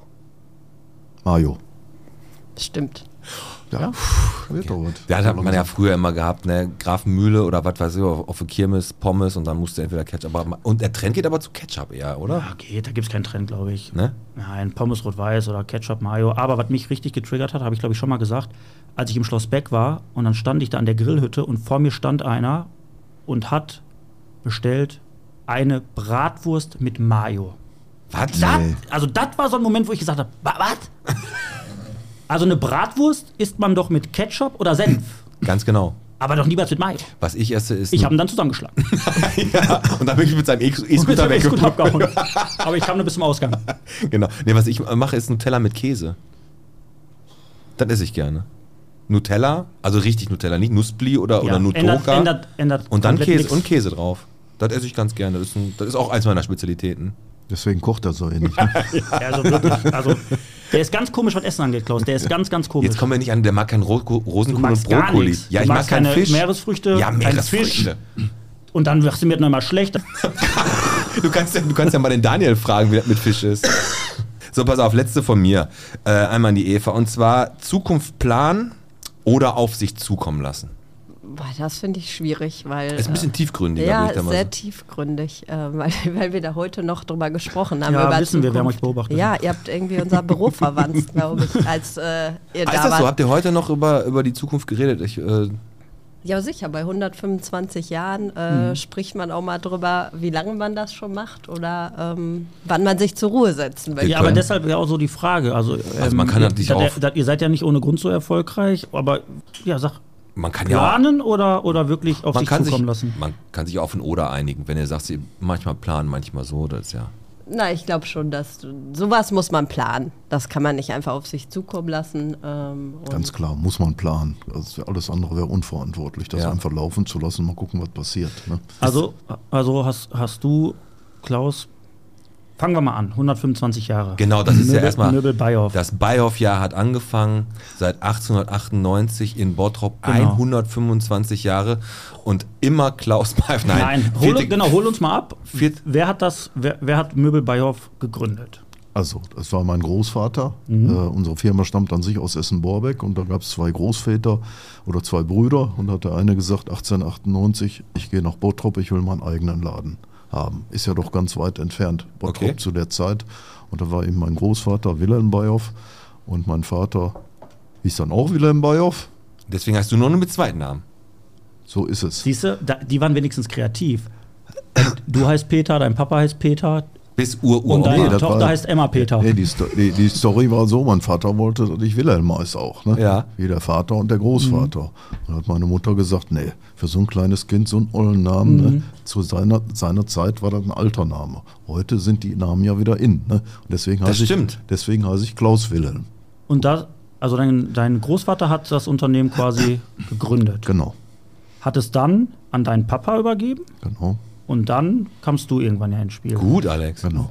Mayo. Stimmt. Ja, Ja? wird doch was. Ja, das hat man ja früher immer gehabt, ne? Grafenmühle oder was weiß ich, auf, auf der Kirmes, Pommes und dann musste entweder Ketchup. Aber, und der Trend geht aber zu Ketchup eher, oder? Ja, geht, da gibt's keinen Trend, glaube ich. Ne? Nein, Pommes rot-weiß oder Ketchup, Mayo. Aber was mich richtig getriggert hat, habe ich glaube ich schon mal gesagt, als ich im Schloss Beck war und dann stand ich da an der Grillhütte und vor mir stand einer und hat bestellt eine Bratwurst mit Mayo. Was? Das, Nee. also das war so ein Moment, wo ich gesagt habe, was? Also eine Bratwurst isst man doch mit Ketchup oder Senf, Ganz genau. aber doch niemals mit Mayo. Was ich esse, ist. Ich habe ihn dann zusammengeschlagen. ja, und dann bin ich mit seinem E- Und E-Scooter bin gut weggekommen. abgehauen. Aber ich kam nur bis zum Ausgang. Genau. Nee, was ich mache, ist Nutella mit Käse. Das esse ich gerne. Nutella, also richtig Nutella, nicht Nussbli oder, oder Ja, Nutoka. ändert, ändert, ändert und dann komplett Käse nix. und Käse drauf. Das esse ich ganz gerne. Das ist, ein, das ist auch eins meiner Spezialitäten. Deswegen kocht er so ähnlich. Ne? Also wirklich, also der ist ganz komisch, was Essen angeht, Klaus. Der ist ganz, ganz komisch. Jetzt kommen wir nicht an, der mag keinen Ro du Rosenkohl und magst gar Brokkoli. nichts. Ja, du ich mag magst keinen keine Fisch. Meeresfrüchte, Ja, keinen Fisch. Meeresfrüchte. Und dann sagst du mir noch mal schlecht. Du kannst, ja, du kannst ja mal den Daniel fragen, wie das mit Fisch ist. So, pass auf, letzte von mir. Äh, einmal an die Eva. Und zwar Zukunft planen oder auf sich zukommen lassen. Boah, das finde ich schwierig, weil. Ist ein bisschen tiefgründiger, Ja, würde ich da mal sehr sagen. tiefgründig, äh, weil, weil wir da heute noch drüber gesprochen haben. Ja, über wissen wir, wir haben euch Zukunft. beobachtet. Ja, ihr habt irgendwie unser Büro verwandt, glaube ich, als äh, ihr Heißt da das so? wart. Habt ihr heute noch über, über die Zukunft geredet? Ich, äh, Ja, sicher, bei hundertfünfundzwanzig Jahren äh, Mhm. spricht man auch mal drüber, wie lange man das schon macht oder ähm, wann man sich zur Ruhe setzen will. Wir Ja, aber können- deshalb ja auch so die Frage. Also, Also man kann ihr, natürlich da- auch- da- ihr seid ja nicht ohne Grund so erfolgreich, aber ja, sag, man kann ja planen oder, oder wirklich auf man sich kann, sich, zukommen lassen? man kann sich auf ein Oder einigen. Wenn ihr sagt, sie manchmal planen, manchmal so, das ist ja. Na, ich glaube schon, dass du, sowas muss man planen. Das kann man nicht einfach auf sich zukommen lassen. Ähm, Ganz klar, muss man planen. Also alles andere wäre unverantwortlich, das Ja. einfach laufen zu lassen, mal gucken, was passiert. Ne? Also, also hast, hast du, Klaus, fangen wir mal an, hundertfünfundzwanzig Jahre. Genau, das ist ja Möbel- erstmal, Möbel Beihoff. das Beihoff-Jahr hat angefangen seit achtzehnhundertachtundneunzig in Bottrop, Genau. hundertfünfundzwanzig Jahre und immer Klaus Beihoff. Nein, Nein, hol, vierte- uns- genau, hol uns mal ab. viert- Wer hat das, wer, wer hat Möbel Beihoff gegründet? Also, das war mein Großvater. Äh, unsere Firma stammt an sich aus Essen-Borbeck und da gab es zwei Großväter oder zwei Brüder und da hat der eine gesagt, achtzehnhundertachtundneunzig, ich gehe nach Bottrop, ich will meinen eigenen Laden haben. Ist ja doch ganz weit entfernt, Bottrop Okay. zu der Zeit. Und da war eben mein Großvater Wilhelm Beihoff und mein Vater hieß dann auch Wilhelm Beihoff. Deswegen hast du nur mit zweiten Namen. So ist es. Siehst du, da, die waren wenigstens kreativ. Du heißt Peter, dein Papa heißt Peter Bis Ur und Ur deine nee, das Tochter war- heißt Emma Peter. Nee, die, Sto die, die Story war so, mein Vater wollte, dass ich Wilhelm heiße auch, ne? Ja. Wie der Vater und der Großvater. Und dann hat meine Mutter gesagt, nee, für so ein kleines Kind so einen ollen Namen, ne? Zu seiner, seiner Zeit war das ein alter Name. Heute sind die Namen ja wieder in, ne? Und deswegen Das heiße ich, stimmt. deswegen heiße ich Klaus Wilhelm. Und da, also dein, dein Großvater hat das Unternehmen quasi gegründet. Genau, Hat es dann an deinen Papa übergeben genau, und dann kamst du irgendwann ja ins Spiel. Gut, Alex. genau.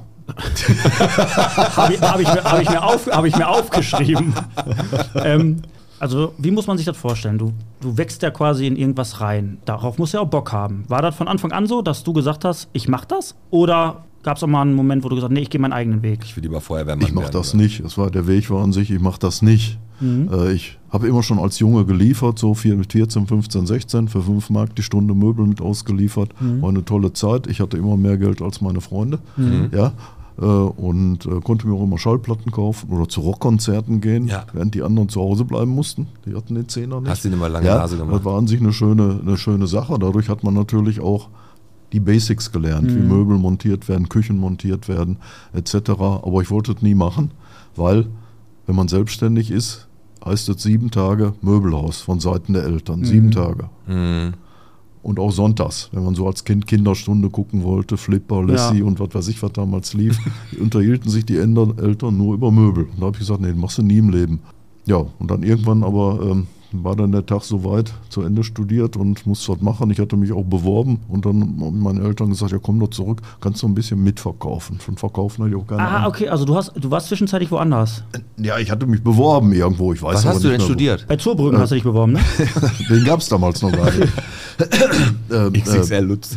Habe ich, hab ich, mir- hab ich, mir auf, hab ich mir aufgeschrieben. ähm, also, wie muss man sich das vorstellen? Du, du wächst ja quasi in irgendwas rein. Darauf musst du ja auch Bock haben. War das von Anfang an so, dass du gesagt hast, ich mach das? Oder gab es auch mal einen Moment, wo du gesagt hast, nee, ich gehe meinen eigenen Weg? Ich will lieber Feuerwehrmann Ich mache werden, das oder? nicht. Es war, der Weg war an sich, ich mache das nicht. Mhm. Äh, ich habe immer schon als Junge geliefert, so vier- mit vierzehn, fünfzehn, sechzehn, für fünf Mark die Stunde Möbel mit ausgeliefert. Mhm. War eine tolle Zeit. Ich hatte immer mehr Geld als meine Freunde. Ja, äh, und äh, konnte mir auch immer Schallplatten kaufen oder zu Rockkonzerten gehen, Ja. während die anderen zu Hause bleiben mussten. Die hatten den Zehner nicht. Hast du immer lange ja, Nase gemacht? Das war an sich eine schöne, eine schöne Sache. Dadurch hat man natürlich auch die Basics gelernt, wie Möbel montiert werden, Küchen montiert werden, et cetera. Aber ich wollte es nie machen, weil, wenn man selbstständig ist, heißt es sieben Tage Möbelhaus von Seiten der Eltern. Sieben Tage. Mhm. Und auch sonntags, wenn man so als Kind Kinderstunde gucken wollte, Flipper, Lassie Ja. und was weiß ich, was damals lief, unterhielten sich die Änder- Eltern nur über Möbel. Und da habe ich gesagt, nee, das machst du nie im Leben. Ja, und dann irgendwann aber ähm, war dann der Tag soweit, zu Ende studiert und musste was machen. Ich hatte mich auch beworben und dann haben meine Eltern gesagt, ja komm doch zurück, kannst du ein bisschen mitverkaufen. Von Verkaufen hatte ich auch keine Ah, Ahnung. okay, also du, hast, du warst zwischenzeitlich woanders. Ja, ich hatte mich beworben irgendwo, ich weiß Was aber hast du nicht denn mehr, wo. studiert? Bei Zurbrüggen hast du dich beworben, ne? Den gab es damals noch gar nicht. ähm, X X L Lutz.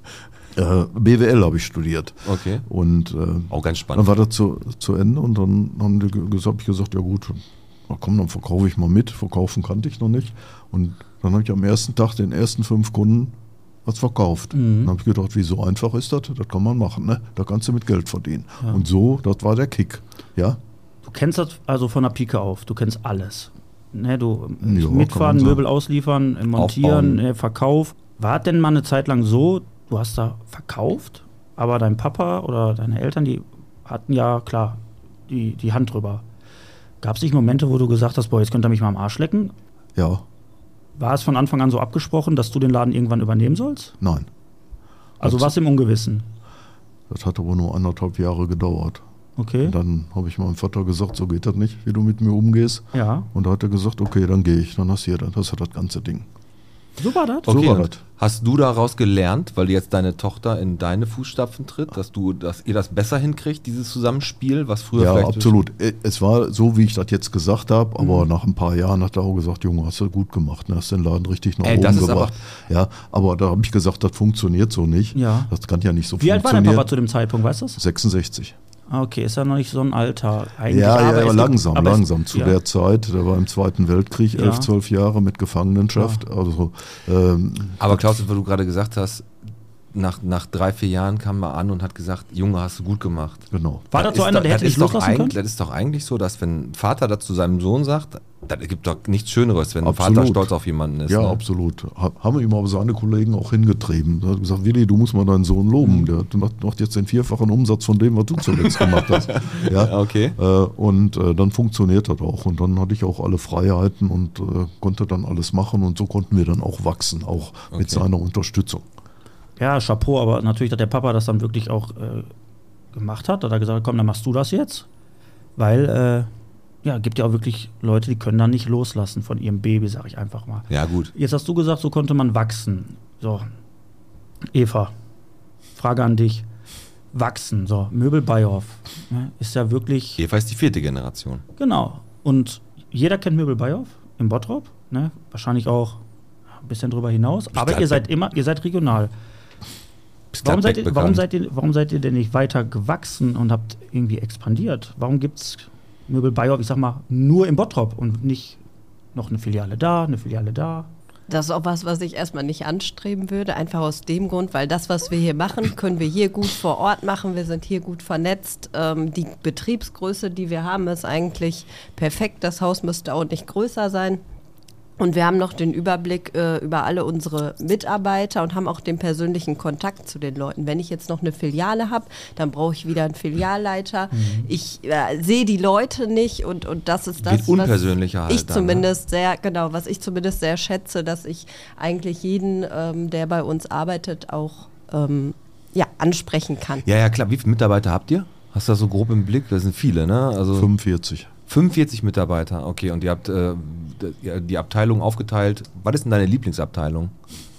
äh, B W L habe ich studiert. Okay. Und äh, Auch ganz dann spannend. war das zu, zu Ende und dann haben die ge- gesagt, hab ich gesagt, ja gut, na komm, dann verkaufe ich mal mit. Verkaufen kannte ich noch nicht. Und dann habe ich am ersten Tag den ersten fünf Kunden was verkauft. Mhm. Dann habe ich gedacht, wie so einfach ist das? Das kann man machen, ne? Da kannst du mit Geld verdienen. Und so, das war der Kick. Ja, Du kennst das also von der Pike auf, du kennst alles. Ne, du Ja, kann mitfahren, man sagen. Möbel ausliefern, äh, montieren, Aufbauen. ne, Verkauf. War es denn mal eine Zeit lang so, du hast da verkauft, aber dein Papa oder deine Eltern, die hatten ja klar die, die Hand drüber. Gab es nicht Momente, wo du gesagt hast, boah, jetzt könnt ihr mich mal am Arsch lecken? ja, War es von Anfang an so abgesprochen, dass du den Laden irgendwann übernehmen sollst? nein. Also Das- warst du im Ungewissen? Das hat aber nur anderthalb Jahre gedauert. Okay. Und dann habe ich meinem Vater gesagt, so geht das nicht, wie du mit mir umgehst. Ja. Und da hat er gesagt, okay, dann gehe ich. Dann hast du hier, das hast du das ganze Ding. So war das? So Okay, war und das. hast du daraus gelernt, weil jetzt deine Tochter in deine Fußstapfen tritt, dass du, dass ihr das besser hinkriegt, dieses Zusammenspiel, was früher Ja, vielleicht absolut. Äh, Es war so, wie ich das jetzt gesagt habe, aber nach ein paar Jahren hat er auch gesagt, Junge, hast du gut gemacht, ne? Hast den Laden richtig nach Ey, oben das ist gebracht. Ja, aber da habe ich gesagt, das funktioniert so nicht. Ja. Das kann ja nicht so Wie alt war dein funktionieren. Papa zu dem Zeitpunkt, weißt du das? sechsundsechzig. Ah, okay, ist ja noch nicht so ein Alter. Eigentlich, Ja, ja, es aber gibt- langsam, aber es- langsam. Zu ja. der Zeit, der war im Zweiten Weltkrieg, Ja. elf, zwölf Jahre mit Gefangenenschaft. Also, ähm, Aber Klaus, weil du gerade gesagt hast, nach, nach drei, vier Jahren kam er an und hat gesagt, Junge, hast du gut gemacht. genau. War das so ist einer, doch- der hätte das dich ist doch loslassen eigentlich, können? Das ist doch eigentlich so, dass wenn ein Vater das zu seinem Sohn sagt, das gibt doch nichts Schöneres, wenn ein Absolut. Vater stolz auf jemanden ist. Ja, ne? absolut. Ha- Haben ihm aber seine Kollegen auch hingetrieben. Er hat gesagt, Willi, du musst mal deinen Sohn loben. Der hat- macht, macht jetzt den vierfachen Umsatz von dem, was du zuletzt gemacht hast. Ja, Okay. Äh, und äh, dann funktioniert das auch. Und dann hatte ich auch alle Freiheiten und äh, konnte dann alles machen. Und so konnten wir dann auch wachsen, auch mit Okay. seiner Unterstützung. Ja, Chapeau, aber natürlich hat der Papa das dann wirklich auch äh, gemacht hat, hat er gesagt, komm, dann machst du das jetzt. Weil, äh, ja, gibt ja auch wirklich Leute, die können da nicht loslassen von ihrem Baby, sag ich einfach mal. Ja, gut. Jetzt hast du gesagt, so konnte man wachsen. So, Eva, Frage an dich. Wachsen, so, Möbel Beihoff, ne, ist ja wirklich... Eva ist die vierte Generation. Genau. Und jeder kennt Möbel Beihoff im Bottrop, ne? Wahrscheinlich auch ein bisschen drüber hinaus. Bis Aber ihr seid immer, ihr seid regional. Warum seid, ihr, warum, seid ihr, warum seid ihr denn nicht weiter gewachsen und habt irgendwie expandiert? Warum gibt es Möbel Beihoff, ich sag mal, nur im Bottrop und nicht noch eine Filiale da, eine Filiale da? Das ist auch was, was ich erstmal nicht anstreben würde, einfach aus dem Grund, weil das, was wir hier machen, können wir hier gut vor Ort machen. Wir sind hier gut vernetzt. Ähm, die Betriebsgröße, die wir haben, ist eigentlich perfekt. Das Haus müsste auch nicht größer sein. Und wir haben noch den Überblick äh, über alle unsere Mitarbeiter und haben auch den persönlichen Kontakt zu den Leuten. Wenn ich jetzt noch eine Filiale habe, dann brauche ich wieder einen Filialleiter. Mhm. Ich äh, sehe die Leute nicht und, und das ist das, Geht unpersönlicher was ich halt dann, zumindest ne? sehr, genau, was ich zumindest sehr schätze, dass ich eigentlich jeden, ähm, der bei uns arbeitet, auch ähm, ja, ansprechen kann. Ja, ja, klar. Wie viele Mitarbeiter habt ihr? Hast du das so grob im Blick? Das sind viele, ne? Also fünfundvierzig. fünfundvierzig Mitarbeiter, okay. Und ihr habt äh, die Abteilung aufgeteilt. Was ist denn deine Lieblingsabteilung?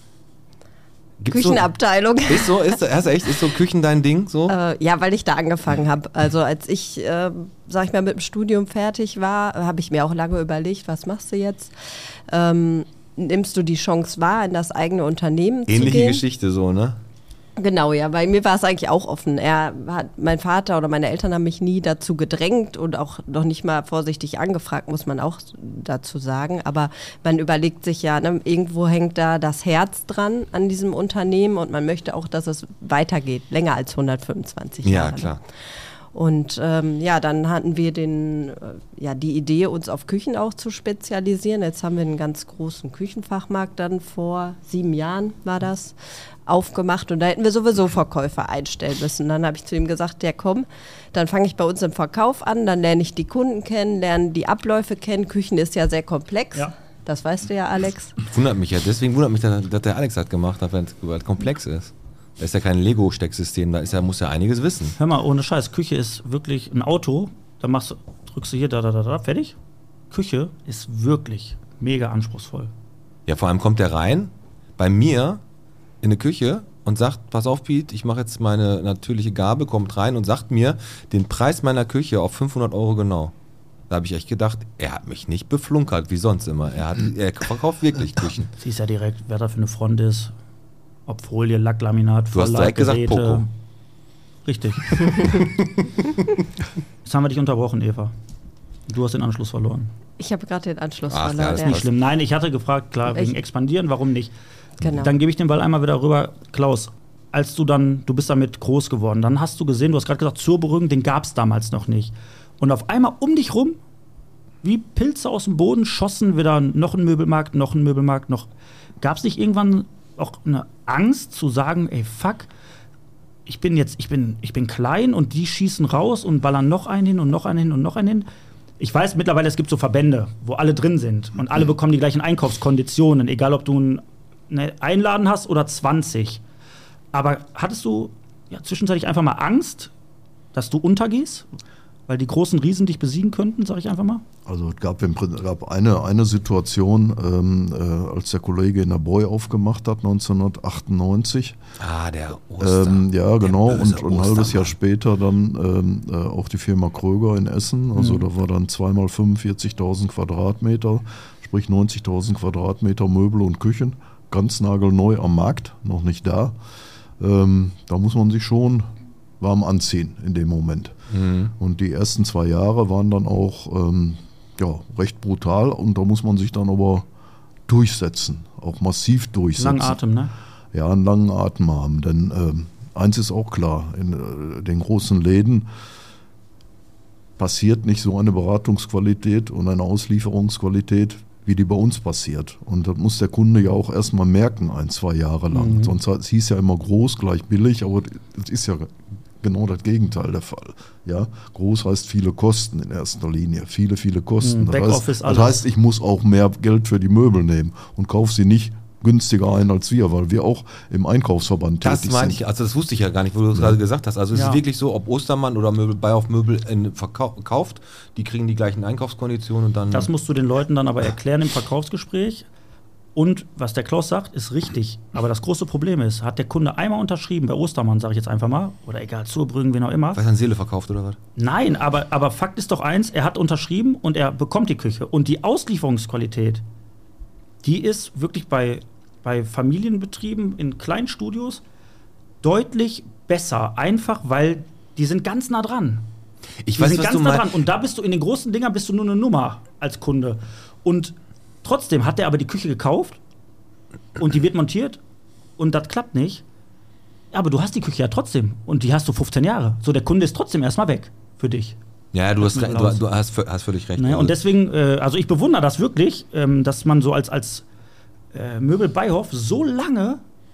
Gibt's Küchenabteilung. So, ist so, ist, ist echt, ist so Küchen dein Ding? So? Äh, ja, weil ich da angefangen habe. Also als ich, äh, sag ich mal, mit dem Studium fertig war, habe ich mir auch lange überlegt, was machst du jetzt? Ähm, nimmst du die Chance wahr, in das eigene Unternehmen Ähnliche zu gehen? Ähnliche Geschichte so, ne? Genau, ja, bei mir war es eigentlich auch offen. Er hat, mein Vater oder meine Eltern haben mich nie dazu gedrängt und auch noch nicht mal vorsichtig angefragt, muss man auch dazu sagen. Aber man überlegt sich ja, ne, irgendwo hängt da das Herz dran an diesem Unternehmen und man möchte auch, dass es weitergeht, länger als hundertfünfundzwanzig Jahre. Ja, klar. Und ähm, ja, dann hatten wir den, äh, ja, die Idee, uns auf Küchen auch zu spezialisieren. Jetzt haben wir einen ganz großen Küchenfachmarkt dann vor sieben Jahren war das aufgemacht und da hätten wir sowieso Verkäufer einstellen müssen. Dann habe ich zu ihm gesagt, ja komm, dann fange ich bei uns im Verkauf an, dann lerne ich die Kunden kennen, lerne die Abläufe kennen. Küchen ist ja sehr komplex. Ja. Das weißt du ja, Alex. Wundert mich ja, deswegen wundert mich, dass der Alex das gemacht hat, weil es komplex ist. Da ist ja kein Lego-Stecksystem, da ist ja, muss ja einiges wissen. Hör mal, ohne Scheiß, Küche ist wirklich ein Auto, da machst du, drückst du hier, da, da, da, da, fertig. Küche ist wirklich mega anspruchsvoll. Ja, vor allem kommt der rein, bei mir in eine Küche und sagt, pass auf Piet, ich mache jetzt meine natürliche Gabe, kommt rein und sagt mir den Preis meiner Küche auf fünfhundert Euro genau. Da habe ich echt gedacht, er hat mich nicht beflunkert, wie sonst immer. Er, hat, er verkauft wirklich Küchen. Siehst ja direkt, wer da für eine Front ist. Ob Folie, Lacklaminat, Du hast direkt gesagt Poco. Richtig. Jetzt haben wir dich unterbrochen, Eva. Du hast den Anschluss verloren. Ich habe gerade den Anschluss Ach, verloren. ja, das Ist Ja. nicht schlimm. Nein, ich hatte gefragt, klar, Ich- wegen Expandieren, warum nicht? Genau. Dann gebe ich den Ball einmal wieder rüber. Klaus, als du dann, du bist damit groß geworden, dann hast du gesehen, du hast gerade gesagt, Zurbrüggen, den gab es damals noch nicht. Und auf einmal um dich rum, wie Pilze aus dem Boden, schossen wieder noch ein Möbelmarkt, noch ein Möbelmarkt, noch. Gab es nicht irgendwann auch eine Angst zu sagen, ey, fuck, ich bin jetzt, ich bin, ich bin klein und die schießen raus und ballern noch einen hin und noch einen hin und noch einen hin. Ich weiß mittlerweile, es gibt so Verbände, wo alle drin sind und alle bekommen die gleichen Einkaufskonditionen, egal ob du ein ne, Einladen hast oder zwanzig. Aber hattest du ja, zwischenzeitlich einfach mal Angst, dass du untergehst? Weil die großen Riesen dich besiegen könnten, sage ich einfach mal? Also es gab, im Prinzip- gab eine, eine Situation, ähm, äh, als der Kollege in der Boy aufgemacht hat, neunzehnhundertachtundneunzig. Ah, der Oster. Ähm, ja, genau. böse Und ein halbes Jahr Ostermann. später dann ähm, äh, auch die Firma Kröger in Essen. Also Mhm. da war dann zweimal fünfundvierzigtausend Quadratmeter, sprich neunzigtausend Quadratmeter Möbel und Küchen. Ganz nagelneu am Markt, noch nicht da. Ähm, da muss man sich schon warm anziehen in dem Moment. Mhm. Und die ersten zwei Jahre waren dann auch ähm, ja, recht brutal und da muss man sich dann aber durchsetzen, auch massiv durchsetzen. Lang Atem, ne? Ja, einen langen Atem haben, denn ähm, eins ist auch klar, in äh, den großen Läden passiert nicht so eine Beratungsqualität und eine Auslieferungsqualität, wie die bei uns passiert. Und das muss der Kunde ja auch erstmal merken, ein, zwei Jahre lang. Mhm. Sonst es hieß ja immer groß, gleich billig, aber das ist ja genau das Gegenteil der Fall. Ja, groß heißt viele Kosten in erster Linie, viele, viele Kosten. Mhm, das, Backoffice, heißt, das alles. heißt, ich muss auch mehr Geld für die Möbel nehmen und kaufe sie nicht günstiger ein als wir, weil wir auch im Einkaufsverband Das tätig meine sind. ich, also das wusste ich ja gar nicht, wo du es gerade gesagt hast. Also es Ja. ist wirklich so, ob Ostermann oder Möbel Beihoff Möbel in, verkauft, die kriegen die gleichen Einkaufskonditionen und dann... Das musst du den Leuten dann aber erklären im Verkaufsgespräch. Und was der Klaus sagt, ist richtig. Aber das große Problem ist, hat der Kunde einmal unterschrieben, bei Ostermann, sage ich jetzt einfach mal, oder egal, Zurbrüggen, wen auch immer. Was an Seele verkauft oder was? Nein, aber, aber Fakt ist doch eins, er hat unterschrieben und er bekommt die Küche. Und die Auslieferungsqualität, die ist wirklich bei, bei Familienbetrieben in kleinen Studios deutlich besser. Einfach, weil die sind ganz nah dran. Ich Die weiß, sind was ganz du nah meinst. dran. Und da bist du in den großen Dingern bist du nur eine Nummer als Kunde. Und trotzdem hat er aber die Küche gekauft und die wird montiert und das klappt nicht. Aber du hast die Küche ja trotzdem und die hast du fünfzehn Jahre. So, der Kunde ist trotzdem erstmal weg für dich. Ja, du hast, Möbel du, aus. du hast, hast völlig recht. Naja, Also- und deswegen, äh, also ich bewundere das wirklich, ähm, dass man so als, als äh, Möbel Beihoff so lange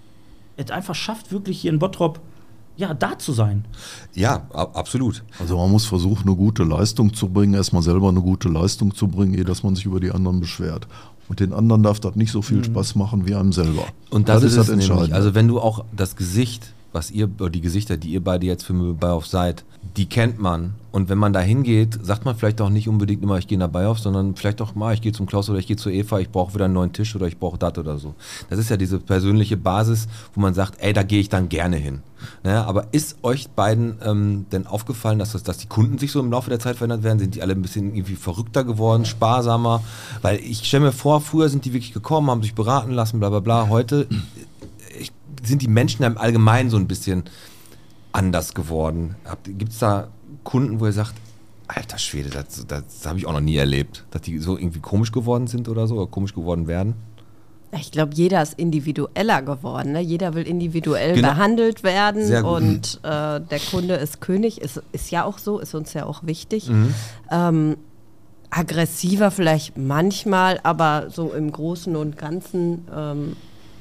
es einfach schafft, wirklich hier in Bottrop ja, da zu sein. Ja, a- absolut. Also man muss versuchen, eine gute Leistung zu bringen, erstmal selber eine gute Leistung zu bringen, ehe dass man sich über die anderen beschwert. Und den anderen darf das nicht so viel Spaß machen wie einem selber. Und das, ist es nämlich. Also wenn du auch das Gesicht, was ihr, oder die Gesichter, die ihr beide jetzt für Möbel Beihoff seid, die kennt man. Und wenn man da hingeht, sagt man vielleicht auch nicht unbedingt immer, ich gehe nach Beihoff, sondern vielleicht auch mal, ich gehe zum Klaus oder ich gehe zu Eva, ich brauche wieder einen neuen Tisch oder ich brauche das oder so. Das ist ja diese persönliche Basis, wo man sagt, ey, da gehe ich dann gerne hin. Ne? Aber ist euch beiden ähm, denn aufgefallen, dass, das, dass die Kunden sich so im Laufe der Zeit verändert werden? Sind die alle ein bisschen irgendwie verrückter geworden, sparsamer? Weil ich stelle mir vor, früher sind die wirklich gekommen, haben sich beraten lassen, bla bla bla. Heute ich, sind die Menschen im Allgemeinen so ein bisschen anders geworden. Gibt es da Kunden, wo ihr sagt, alter Schwede, das, das habe ich auch noch nie erlebt, dass die so irgendwie komisch geworden sind oder so, oder komisch geworden werden? Ich glaube, jeder ist individueller geworden. Ne? Jeder will individuell Genau. behandelt werden Sehr gut. und äh, der Kunde ist König. Ist, ist ja auch so, ist uns ja auch wichtig. Mhm. Ähm, aggressiver vielleicht manchmal, aber so im Großen und Ganzen ähm,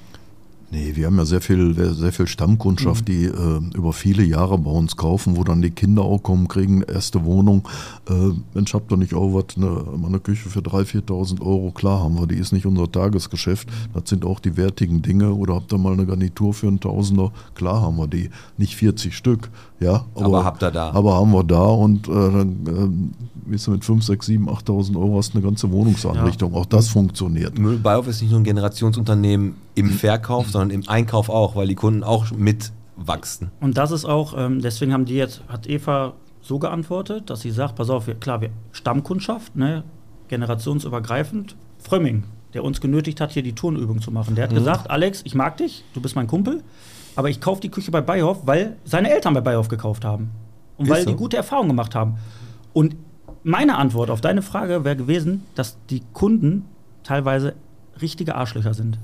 Nee, wir haben ja sehr viel, sehr viel Stammkundschaft, die äh, über viele Jahre bei uns kaufen, wo dann die Kinder auch kommen, kriegen eine erste Wohnung. Äh, Mensch, habt ihr nicht auch was, eine, mal eine Küche für dreitausend, viertausend Euro? Klar haben wir, die ist nicht unser Tagesgeschäft. Das sind auch die wertigen Dinge. Oder habt ihr mal eine Garnitur für einen Tausender? Klar haben wir die. Nicht vierzig Stück, ja. Aber habt ihr da. Aber haben wir da und äh, dann äh, bist du mit fünf, sechs, sieben, achttausend Euro hast eine ganze Wohnungseinrichtung. Auch das funktioniert. Möbel Beihoff ist nicht nur ein Generationsunternehmen im Verkauf, sondern im Einkauf auch, weil die Kunden auch mitwachsen. Und das ist auch, ähm, deswegen haben die jetzt, hat Eva so geantwortet, dass sie sagt, pass auf, wir, klar, wir Stammkundschaft, ne, generationsübergreifend. Frömming, der uns genötigt hat, hier die Turnübung zu machen. Der hat Mhm. gesagt, Alex, ich mag dich, du bist mein Kumpel, aber ich kaufe die Küche bei Beihoff, weil seine Eltern bei Beihoff gekauft haben. Und Ist weil so? die gute Erfahrungen gemacht haben. Und meine Antwort auf deine Frage wäre gewesen, dass die Kunden teilweise richtige Arschlöcher sind.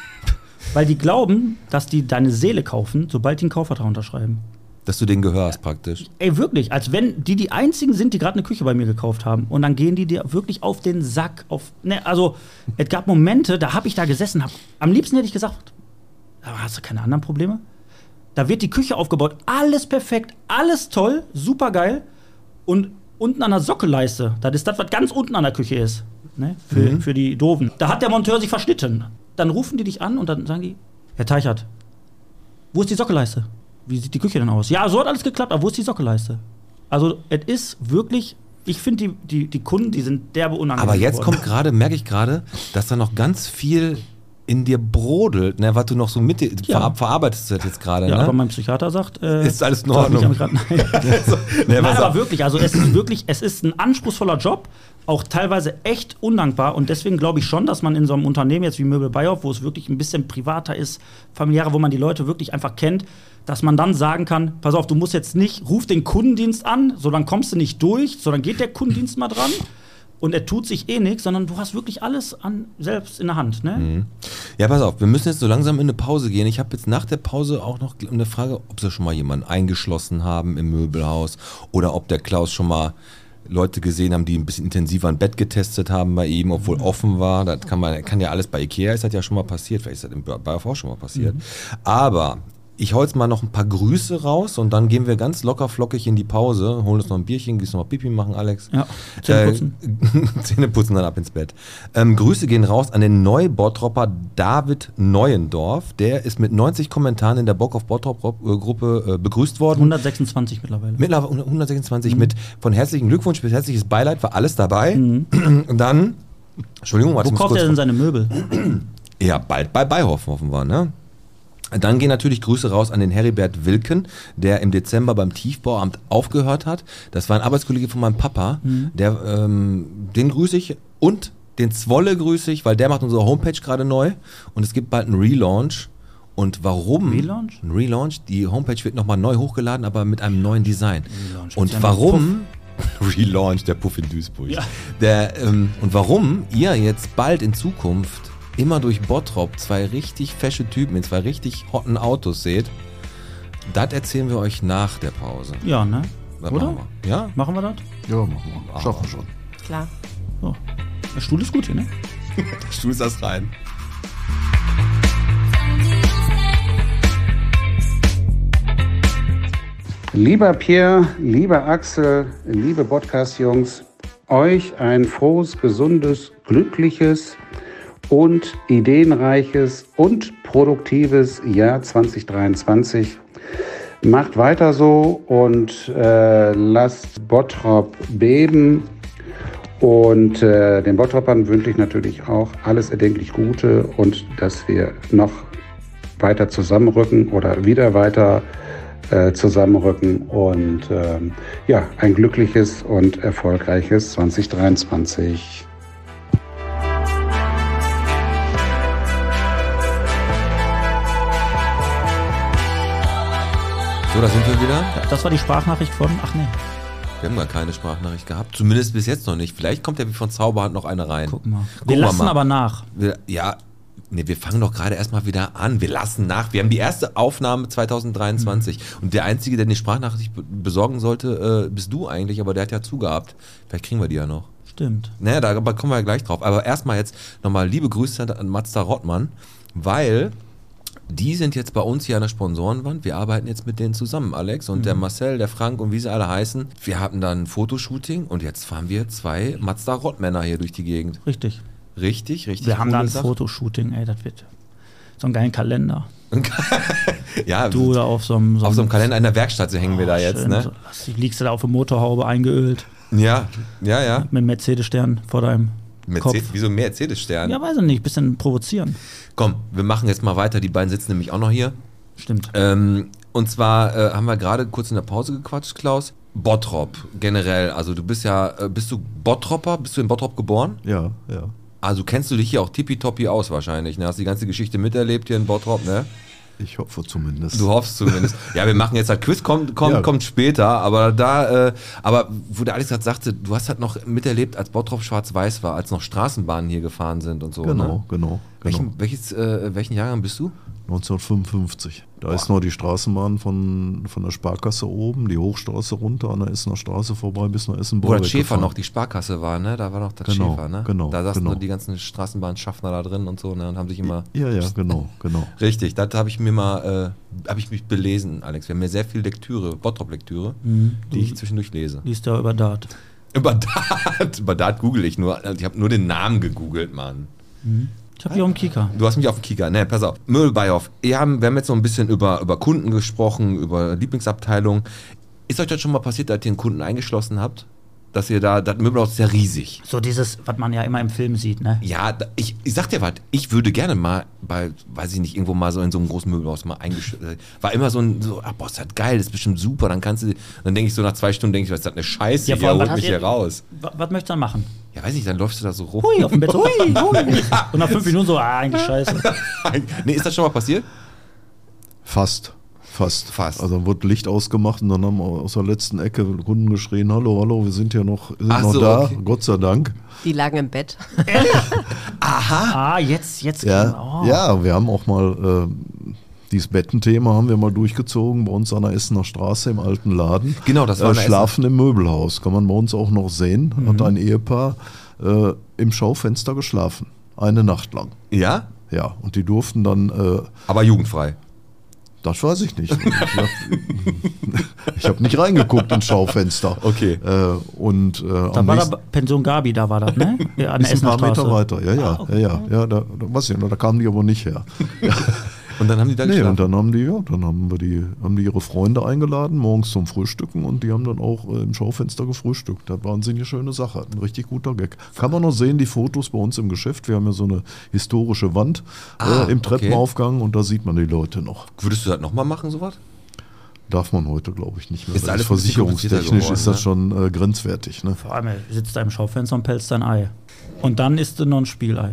Weil die glauben, dass die deine Seele kaufen, sobald die einen Kaufvertrag unterschreiben. Dass du denen gehörst praktisch. Ey, wirklich, als wenn die die einzigen sind, die gerade eine Küche bei mir gekauft haben. Und dann gehen die dir wirklich auf den Sack. Auf, ne, also, es gab Momente, da habe ich da gesessen. Hab, am liebsten hätte ich gesagt, aber hast du keine anderen Probleme? Da wird die Küche aufgebaut, alles perfekt, alles toll, super geil. Und unten an der Sockelleiste, das ist das, was ganz unten an der Küche ist. Ne, für, Mhm. für die Doofen. Da hat der Monteur sich verschnitten. Dann rufen die dich an und dann sagen die, Herr Teichert, wo ist die Sockelleiste? Wie sieht die Küche denn aus? Ja, so hat alles geklappt, aber wo ist die Sockelleiste? Also, es ist wirklich, ich finde, die, die, die Kunden, die sind derbe unangenehm Aber jetzt geworden. kommt gerade, merke ich gerade, dass da noch ganz viel in dir brodelt, ne, was du noch so mit dir Ja. ver verarbeitest jetzt gerade. Ja, ne? aber mein Psychiater sagt, äh, Ist alles in soll ich Ordnung. mich grad- Nein. Nee, Nein, pass aber auf. wirklich, also es ist wirklich, es ist ein anspruchsvoller Job, auch teilweise echt undankbar und deswegen glaube ich schon, dass man in so einem Unternehmen jetzt wie Möbel Beihoff, wo es wirklich ein bisschen privater ist, familiärer, wo man die Leute wirklich einfach kennt, dass man dann sagen kann, pass auf, du musst jetzt nicht, ruf den Kundendienst an, so dann kommst du nicht durch, sondern geht der Kundendienst mal dran und er tut sich eh nichts, sondern du hast wirklich alles an, selbst in der Hand, ne? Ja, pass auf, wir müssen jetzt so langsam in eine Pause gehen. Ich habe jetzt nach der Pause auch noch eine Frage, ob sie schon mal jemanden eingeschlossen haben im Möbelhaus oder ob der Klaus schon mal Leute gesehen haben, die ein bisschen intensiver ein Bett getestet haben bei ihm, obwohl offen war. Das kann man, kann ja alles bei Ikea, ist das ja schon mal passiert. Vielleicht ist das im Beihoff auch schon mal passiert. Aber Ich hau jetzt mal noch ein paar Grüße raus und dann gehen wir ganz locker flockig in die Pause, holen uns noch ein Bierchen, gehst noch mal Pipi machen, Alex. Ja, Zähne putzen. Äh, Zähne putzen, dann ab ins Bett. Ähm, Grüße gehen raus an den Neubottropper David Neuendorf. Der ist mit neunzig Kommentaren in der Bock auf Bottrop-Gruppe äh, begrüßt worden. hundertsechsundzwanzig mittlerweile. Mittlerweile hundertsechsundzwanzig mhm. mit von herzlichen Glückwunsch bis herzliches Beileid, war alles dabei. Mhm. Und dann, Entschuldigung, warte, Wo kauft er denn seine Möbel? Ja, bald bei Beihoff hoffen wir, ne? Dann gehen natürlich Grüße raus an den Heribert Wilken, der im Dezember beim Tiefbauamt aufgehört hat. Das war ein Arbeitskollege von meinem Papa. Mhm. Der, ähm, den grüße ich und den Zwolle grüße ich, weil der macht unsere Homepage gerade neu und es gibt bald einen Relaunch. Und warum? Relaunch? Ein Relaunch. Die Homepage wird nochmal neu hochgeladen, aber mit einem neuen Design. Relaunch. Und warum? Relaunch, der Puff in Duisburg. Ja. Der, ähm, und warum ihr jetzt bald in Zukunft immer durch Bottrop zwei richtig fesche Typen in zwei richtig hotten Autos seht, das erzählen wir euch nach der Pause. Ja, ne? Das Oder? Machen wir. Ja? Machen wir das? Ja, machen wir. Schaffen wir schon. Klar. So. Der Stuhl ist gut hier, ne? Der Stuhl ist das rein. Lieber Pierre, lieber Axel, liebe Podcast-Jungs, euch ein frohes, gesundes, glückliches und ideenreiches und produktives Jahr zwanzig dreiundzwanzig. Macht weiter so und äh, lasst Bottrop beben. Und äh, den Bottropern wünsche ich natürlich auch alles erdenklich Gute und dass wir noch weiter zusammenrücken oder wieder weiter äh, zusammenrücken. Und ähm, ja, ein glückliches und erfolgreiches zwanzig dreiundzwanzig. So, da sind wir wieder. Ja, das war die Sprachnachricht von, ach nee. Wir haben gar keine Sprachnachricht gehabt. Zumindest bis jetzt noch nicht. Vielleicht kommt ja wie von Zauberhand noch eine rein. Guck mal. Gucken wir lassen mal. aber nach. Wir, ja, nee, wir fangen doch gerade erstmal wieder an. Wir lassen nach. Wir haben die erste Aufnahme zwanzig dreiundzwanzig. Mhm. Und der Einzige, der die Sprachnachricht besorgen sollte, äh, bist du eigentlich. Aber der hat ja zugehabt. Vielleicht kriegen wir die ja noch. Stimmt. Naja, da kommen wir ja gleich drauf. Aber erstmal jetzt nochmal liebe Grüße an Mazda Rottmann, weil die sind jetzt bei uns hier an der Sponsorenwand. Wir arbeiten jetzt mit denen zusammen, Alex. Und mhm. der Marcel, der Frank und wie sie alle heißen. Wir hatten dann ein Fotoshooting und jetzt fahren wir zwei Mazda Rottmänner hier durch die Gegend. Richtig. Richtig, richtig. Wir haben da ein Sache. Fotoshooting, ey, das wird so einen geilen Kalender. Ja, du da auf so einem, so auf so einem Kalender in der Werkstatt hängen oh, wir da jetzt, schön. Ne? So, liegst du da auf der Motorhaube eingeölt. Ja, ja, ja. Mit einem Mercedes-Stern vor deinem Mercedes, Kopf. Wieso Mercedes-Stern? Ja, weiß ich nicht, bisschen provozieren. Komm, wir machen jetzt mal weiter. Die beiden sitzen nämlich auch noch hier. Stimmt. Ähm, und zwar äh, haben wir gerade kurz in der Pause gequatscht, Klaus. Bottrop generell. Also du bist ja, äh, bist du Bottropper? Bist du in Bottrop geboren? Ja, ja. Also kennst du dich hier auch tippitoppi aus wahrscheinlich, ne? Hast die ganze Geschichte miterlebt hier in Bottrop, ne? Ich hoffe zumindest. Du hoffst zumindest. Ja, wir machen jetzt halt Quiz, kommt, kommt, ja. kommt später, aber da, äh, aber wo der Alex gerade sagte, du hast halt noch miterlebt, als Bottrop schwarz-weiß war, als noch Straßenbahnen hier gefahren sind und so. Genau, ne? genau. Welchen, genau. welches, äh, welchen Jahrgang bist du? neunzehnhundertfünfundfünfzig. Da Boah. ist noch die Straßenbahn von, von der Sparkasse oben, die Hochstraße runter, an der Essener Straße vorbei bis nach Essen. Wo der Schäfer noch die Sparkasse war, ne? Da war noch der genau, Schäfer, ne? Genau, da saßen genau. nur die ganzen Straßenbahnschaffner da drin und so, ne? Und haben sich immer... Ja, ja, genau, genau. Richtig, das habe ich mir mal, äh, habe ich mich belesen, Alex. Wir haben ja sehr viel Lektüre, Bottrop-Lektüre, Mhm. die ich zwischendurch lese. Liest ja über Dart. Über Dart, über Dart google ich nur. Ich habe nur den Namen gegoogelt, Mann. Mhm. Ich habe hier auf dem Kika. Du hast mich auf dem Kika. Ne, pass auf. Möbelbeihoff. Wir haben, wir haben jetzt so ein bisschen über, über Kunden gesprochen, über Lieblingsabteilung. Ist euch das schon mal passiert, dass ihr einen Kunden eingeschlossen habt? Dass ihr da, das Möbelhaus ist ja riesig. So dieses, was man ja immer im Film sieht, ne? Ja, da, ich, ich sag dir was, ich würde gerne mal bei, weiß ich nicht, irgendwo mal so in so einem großen Möbelhaus mal eingeschlossen. War immer so ein, so, ach boah, ist das geil, das ist bestimmt super, dann kannst du, dann denke ich so nach zwei Stunden, denke ich, was ist das eine Scheiße, Ja, hier, vor allem, holt was mich hast hier du- raus. Was, was möchtest du dann machen? Ja, weiß nicht, dann läufst du da so rum. Hui, auf dem Bett, hui, hui. Und nach fünf Minuten so, ah, eigentlich scheiße. Nee, ist das schon mal passiert? Fast. Fast. Fast. Also dann wurde Licht ausgemacht und dann haben aus der letzten Ecke Kunden geschrien, hallo, hallo, wir sind ja noch, wir sind Ach noch so, da, okay. Gott sei Dank. Die lagen im Bett. Ah, jetzt, jetzt. Ja, oh. ja, wir haben auch mal äh, dieses Bettenthema haben wir mal durchgezogen bei uns an der Essener Straße im alten Laden. Genau, das war äh, eine Schlafen im Möbelhaus, kann man bei uns auch noch sehen. Mhm. Hat ein Ehepaar äh, im Schaufenster geschlafen, eine Nacht lang. Ja? Ja, und die durften dann, äh, Aber jugendfrei. Das weiß ich nicht. Ich habe hab nicht reingeguckt ins Schaufenster. Okay. Äh, und, äh, Da am war nächsten- da Pension Gabi, da war das, ne? Ja, an der ist ein paar Essener Meter Straße. weiter, ja, ja, Ah, okay. ja, ja, ja, da, da, weiß ich, da kamen die aber nicht her. Und dann haben die da Nee, geschlafen. und dann haben die, ja, dann haben wir die, haben die ihre Freunde eingeladen, morgens zum Frühstücken und die haben dann auch äh, im Schaufenster gefrühstückt. Das war eine wahnsinnig schöne Sache, ein richtig guter Gag. Kann man noch sehen, die Fotos bei uns im Geschäft. Wir haben ja so eine historische Wand Ah, äh, im okay. Treppenaufgang und da sieht man die Leute noch. Würdest du das nochmal machen, sowas? Darf man heute, glaube ich, nicht mehr. Ist weil alles das ein bisschen versicherungstechnisch komplizierter ist das geworden, schon äh, grenzwertig. Ne? Vor allem, er sitzt da im Schaufenster und pelzt dein Ei. Und dann isst du noch ein Spiegelei.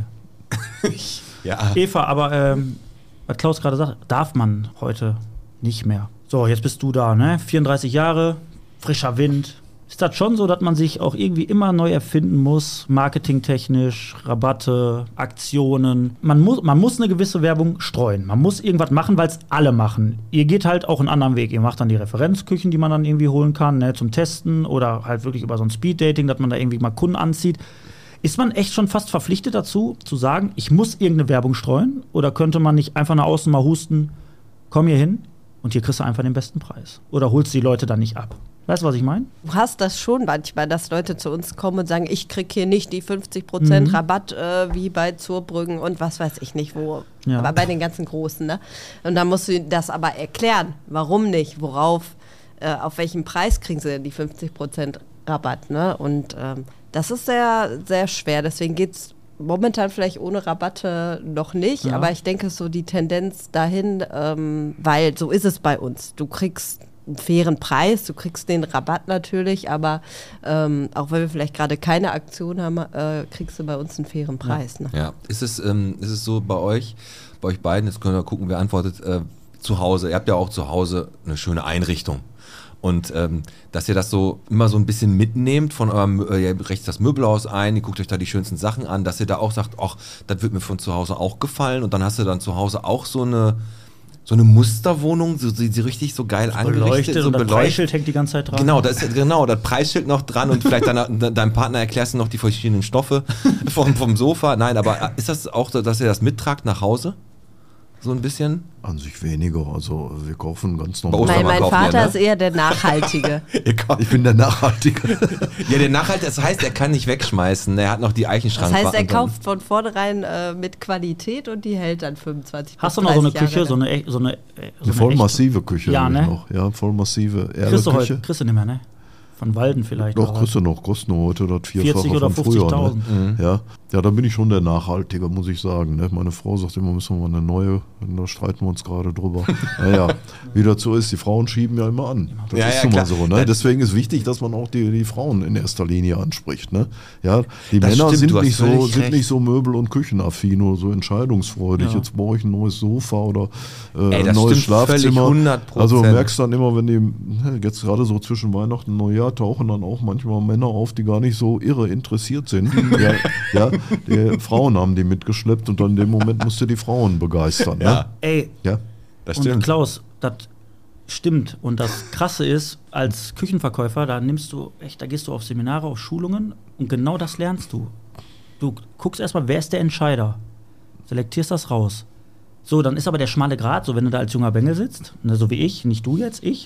Ja. Eva, aber ähm, was Klaus gerade sagt, darf man heute nicht mehr. So, jetzt bist du da, ne? vierunddreißig Jahre, frischer Wind. Ist das schon so, dass man sich auch irgendwie immer neu erfinden muss, marketingtechnisch, Rabatte, Aktionen? Man muss, man muss eine gewisse Werbung streuen. Man muss irgendwas machen, weil es alle machen. Ihr geht halt auch einen anderen Weg. Ihr macht dann die Referenzküchen, die man dann irgendwie holen kann, ne, zum Testen oder halt wirklich über so ein Speeddating, dass man da irgendwie mal Kunden anzieht. Ist man echt schon fast verpflichtet dazu, zu sagen, ich muss irgendeine Werbung streuen? Oder könnte man nicht einfach nach außen mal husten, komm hier hin und hier kriegst du einfach den besten Preis? Oder holst du die Leute dann nicht ab? Weißt du, was ich meine? Du hast das schon manchmal, dass Leute zu uns kommen und sagen, ich krieg hier nicht die fünfzig Prozent Mhm. Rabatt äh, wie bei Zurbrüggen und was weiß ich nicht wo. Ja. Aber bei den ganzen Großen, ne? Und dann musst du das aber erklären, warum nicht, worauf, äh, auf welchen Preis kriegen sie denn die fünfzig Prozent Rabatt, ne? Und ähm, das ist sehr, sehr schwer, deswegen geht's momentan vielleicht ohne Rabatte noch nicht, Ja. aber ich denke, so die Tendenz dahin, ähm, weil so ist es bei uns. Du kriegst einen fairen Preis, du kriegst den Rabatt natürlich, aber ähm, auch wenn wir vielleicht gerade keine Aktion haben, äh, kriegst du bei uns einen fairen Preis. Ne? Ja, ist es, ähm, ist es so bei euch, bei euch beiden, jetzt können wir gucken, wer antwortet, äh, zu Hause, ihr habt ja auch zu Hause eine schöne Einrichtung. Und ähm, dass ihr das so immer so ein bisschen mitnehmt von eurem, äh, ihr richtet das Möbelhaus ein, ihr guckt euch da die schönsten Sachen an, dass ihr da auch sagt, ach, das wird mir von zu Hause auch gefallen und dann hast du dann zu Hause auch so eine so eine Musterwohnung, so, die, die richtig so geil angerichtet, Beleuchtet so und das beleuchtet. Preisschild hängt die ganze Zeit dran. Genau, das ist, genau, das Preisschild noch dran und vielleicht deiner, deinem Partner erklärst du noch die verschiedenen Stoffe vom, vom Sofa. Nein, aber ist das auch so, dass ihr das mittragt nach Hause? So ein bisschen? An sich weniger. Also wir kaufen ganz Bei normal. Ostern Mein, mein kaufen Vater wir, ne? ist eher der Nachhaltige. Ich bin der Nachhaltige. Ja, der Nachhalt, das heißt, er kann nicht wegschmeißen. Er hat noch die Das Eichenschrank. heißt, er kauft von vorneherein äh, mit Qualität und die hält dann fünfundzwanzig Hast du bis noch so eine dreißig Küche, Jahre so lang. eine, e- so eine, äh, so Eine voll echte- massive Küche Ja, habe ich ne? noch. Ja, voll massive Kriegst du heute, Erdeküche. kriegst du nicht mehr, ne? Von Walden vielleicht. Doch, oder kriegst du noch, kostet nur heute das Vierfache vierzig oder von früher. Ne? fünfzigtausend. Ja. ja, da bin ich schon der Nachhaltige, muss ich sagen. Ne? Meine Frau sagt immer, müssen wir mal eine neue, da streiten wir uns gerade drüber. Naja, wie das so ist, die Frauen schieben ja immer an. Das Ja, ist ja, nun mal klar. so. Ne? Deswegen ist wichtig, dass man auch die, die Frauen in erster Linie anspricht. Ne? Ja, die Das Männer stimmt, sind, du hast nicht so, völlig sind recht. nicht so möbel- und küchenaffin oder so entscheidungsfreudig. Ja. Jetzt brauche ich ein neues Sofa oder äh, Ey, ein das neues stimmt völlig, Schlafzimmer. hundert Prozent. Also merkst dann immer, wenn die, ne, jetzt gerade so zwischen Weihnachten und Neujahr tauchen dann auch manchmal Männer auf, die gar nicht so irre interessiert sind. ja, ja, die Frauen haben die mitgeschleppt und dann in dem Moment musst du die Frauen begeistern. Ne? Ja, Ey, Ja. das und stimmt. Klaus, das stimmt. Und das Krasse ist, als Küchenverkäufer, da nimmst du echt, da gehst du auf Seminare, auf Schulungen und genau das lernst du. Du guckst erstmal, wer ist der Entscheider? Selektierst das raus. So, dann ist aber der schmale Grat, so wenn du da als junger Bengel sitzt, ne, so wie ich, nicht du jetzt, ich.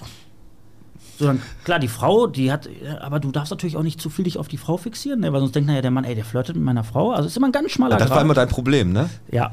So, dann, klar, die Frau, die hat, aber du darfst natürlich auch nicht zu viel dich auf die Frau fixieren, ne, weil sonst denkt naja, der Mann, ey, der flirtet mit meiner Frau. Also ist immer ein ganz schmaler Das Grat. war immer dein Problem, ne? Ja.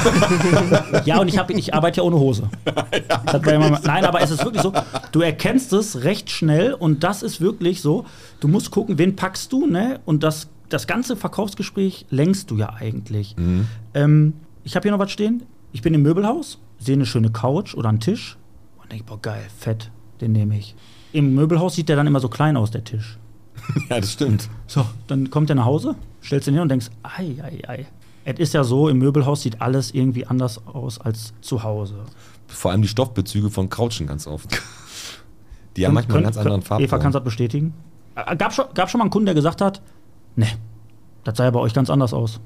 Ja, und ich, hab, ich arbeite ja ohne Hose. Das war immer, nein, aber es ist wirklich so, du erkennst es recht schnell und das ist wirklich so, du musst gucken, wen packst du, ne? Und das, das ganze Verkaufsgespräch lenkst du ja eigentlich. Ähm, ich habe hier noch was stehen, ich bin im Möbelhaus, sehe eine schöne Couch oder einen Tisch und denke, boah, geil, fett, den nehme ich. Im Möbelhaus sieht der dann immer so klein aus, der Tisch. Ja, das stimmt. So, dann kommt er nach Hause, stellst ihn hin und denkst, ei, ei, ei. Es ist ja so, im Möbelhaus sieht alles irgendwie anders aus als zu Hause. Vor allem die Stoffbezüge von Couchen ganz oft. Die haben Und manchmal einen könnt- ganz anderen könnt- Eva, kannst du Farbton. das bestätigen? Äh, Gab schon, gab schon mal einen Kunden, der gesagt hat, ne, das sah ja bei euch ganz anders aus.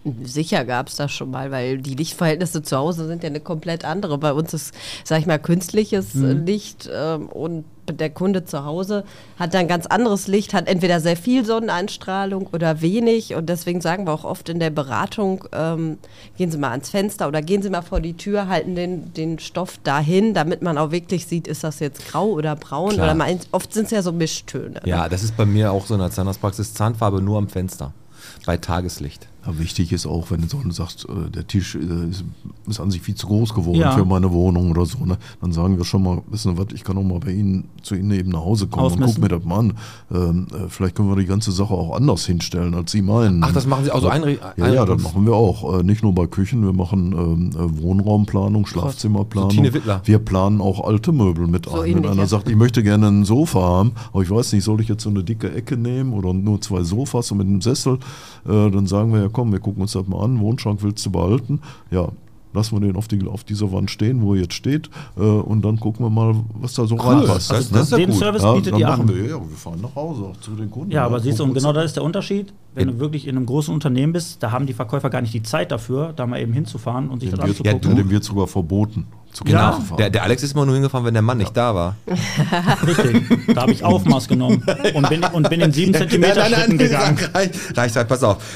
Sicher gab es das schon mal, weil die Lichtverhältnisse zu Hause sind ja eine komplett andere. Bei uns ist, sag ich mal, künstliches Mhm. Licht ähm, und der Kunde zu Hause hat dann ganz anderes Licht, hat entweder sehr viel Sonneneinstrahlung oder wenig und deswegen sagen wir auch oft in der Beratung, ähm, gehen Sie mal ans Fenster oder gehen Sie mal vor die Tür, halten den, den Stoff dahin, damit man auch wirklich sieht, ist das jetzt grau oder braun Klar. oder man, oft sind es ja so Mischtöne. Ja, das ist bei mir auch so in der Zahnarztpraxis, Zahnfarbe nur am Fenster, bei Tageslicht. Ja, wichtig ist auch, wenn du so sagst, äh, der Tisch äh, ist, ist an sich viel zu groß geworden Ja. für meine Wohnung oder so, ne? Dann sagen wir schon mal, wissen Sie was, ich kann auch mal bei Ihnen zu Ihnen eben nach Hause kommen Ausmessen. und guck mir das mal an. Ähm, äh, vielleicht können wir die ganze Sache auch anders hinstellen, als Sie meinen. Ach, das machen Sie auch so einri- Ja, ja, das einrichtungs- machen wir auch. Äh, nicht nur bei Küchen, wir machen ähm, äh, Wohnraumplanung, Schlafzimmerplanung. So Tine Wittler. Wir planen auch alte Möbel mit So ein. ähnlich, Wenn einer ja. sagt, ich möchte gerne ein Sofa haben, aber ich weiß nicht, soll ich jetzt so eine dicke Ecke nehmen oder nur zwei Sofas und mit einem Sessel, äh, dann sagen wir ja, komm, wir gucken uns das mal an, Wohnschrank willst du behalten? Ja, lassen wir den auf, die, auf dieser Wand stehen, wo er jetzt steht, äh, und dann gucken wir mal, was da so reinpasst. das- ne? das ist ja Den gut. Service Ja, bietet dann ihr machen an. wir, ja, wir fahren nach Hause auch zu den Kunden. Ja, aber siehst du, und gucken genau uns da ist der Unterschied. Wenn du wirklich in einem großen Unternehmen bist, da haben die Verkäufer gar nicht die Zeit dafür, da mal eben hinzufahren und sich Dem das wird, anzugucken. ja, dem wird sogar verboten. Zu Ja. Kunden zu fahren. Der, der Alex ist immer nur hingefahren, wenn der Mann nicht da war. Richtig. Da habe ich Aufmaß genommen und bin, und bin in sieben Zentimeter Schritten gegangen. Reicht, reicht halt, pass auf.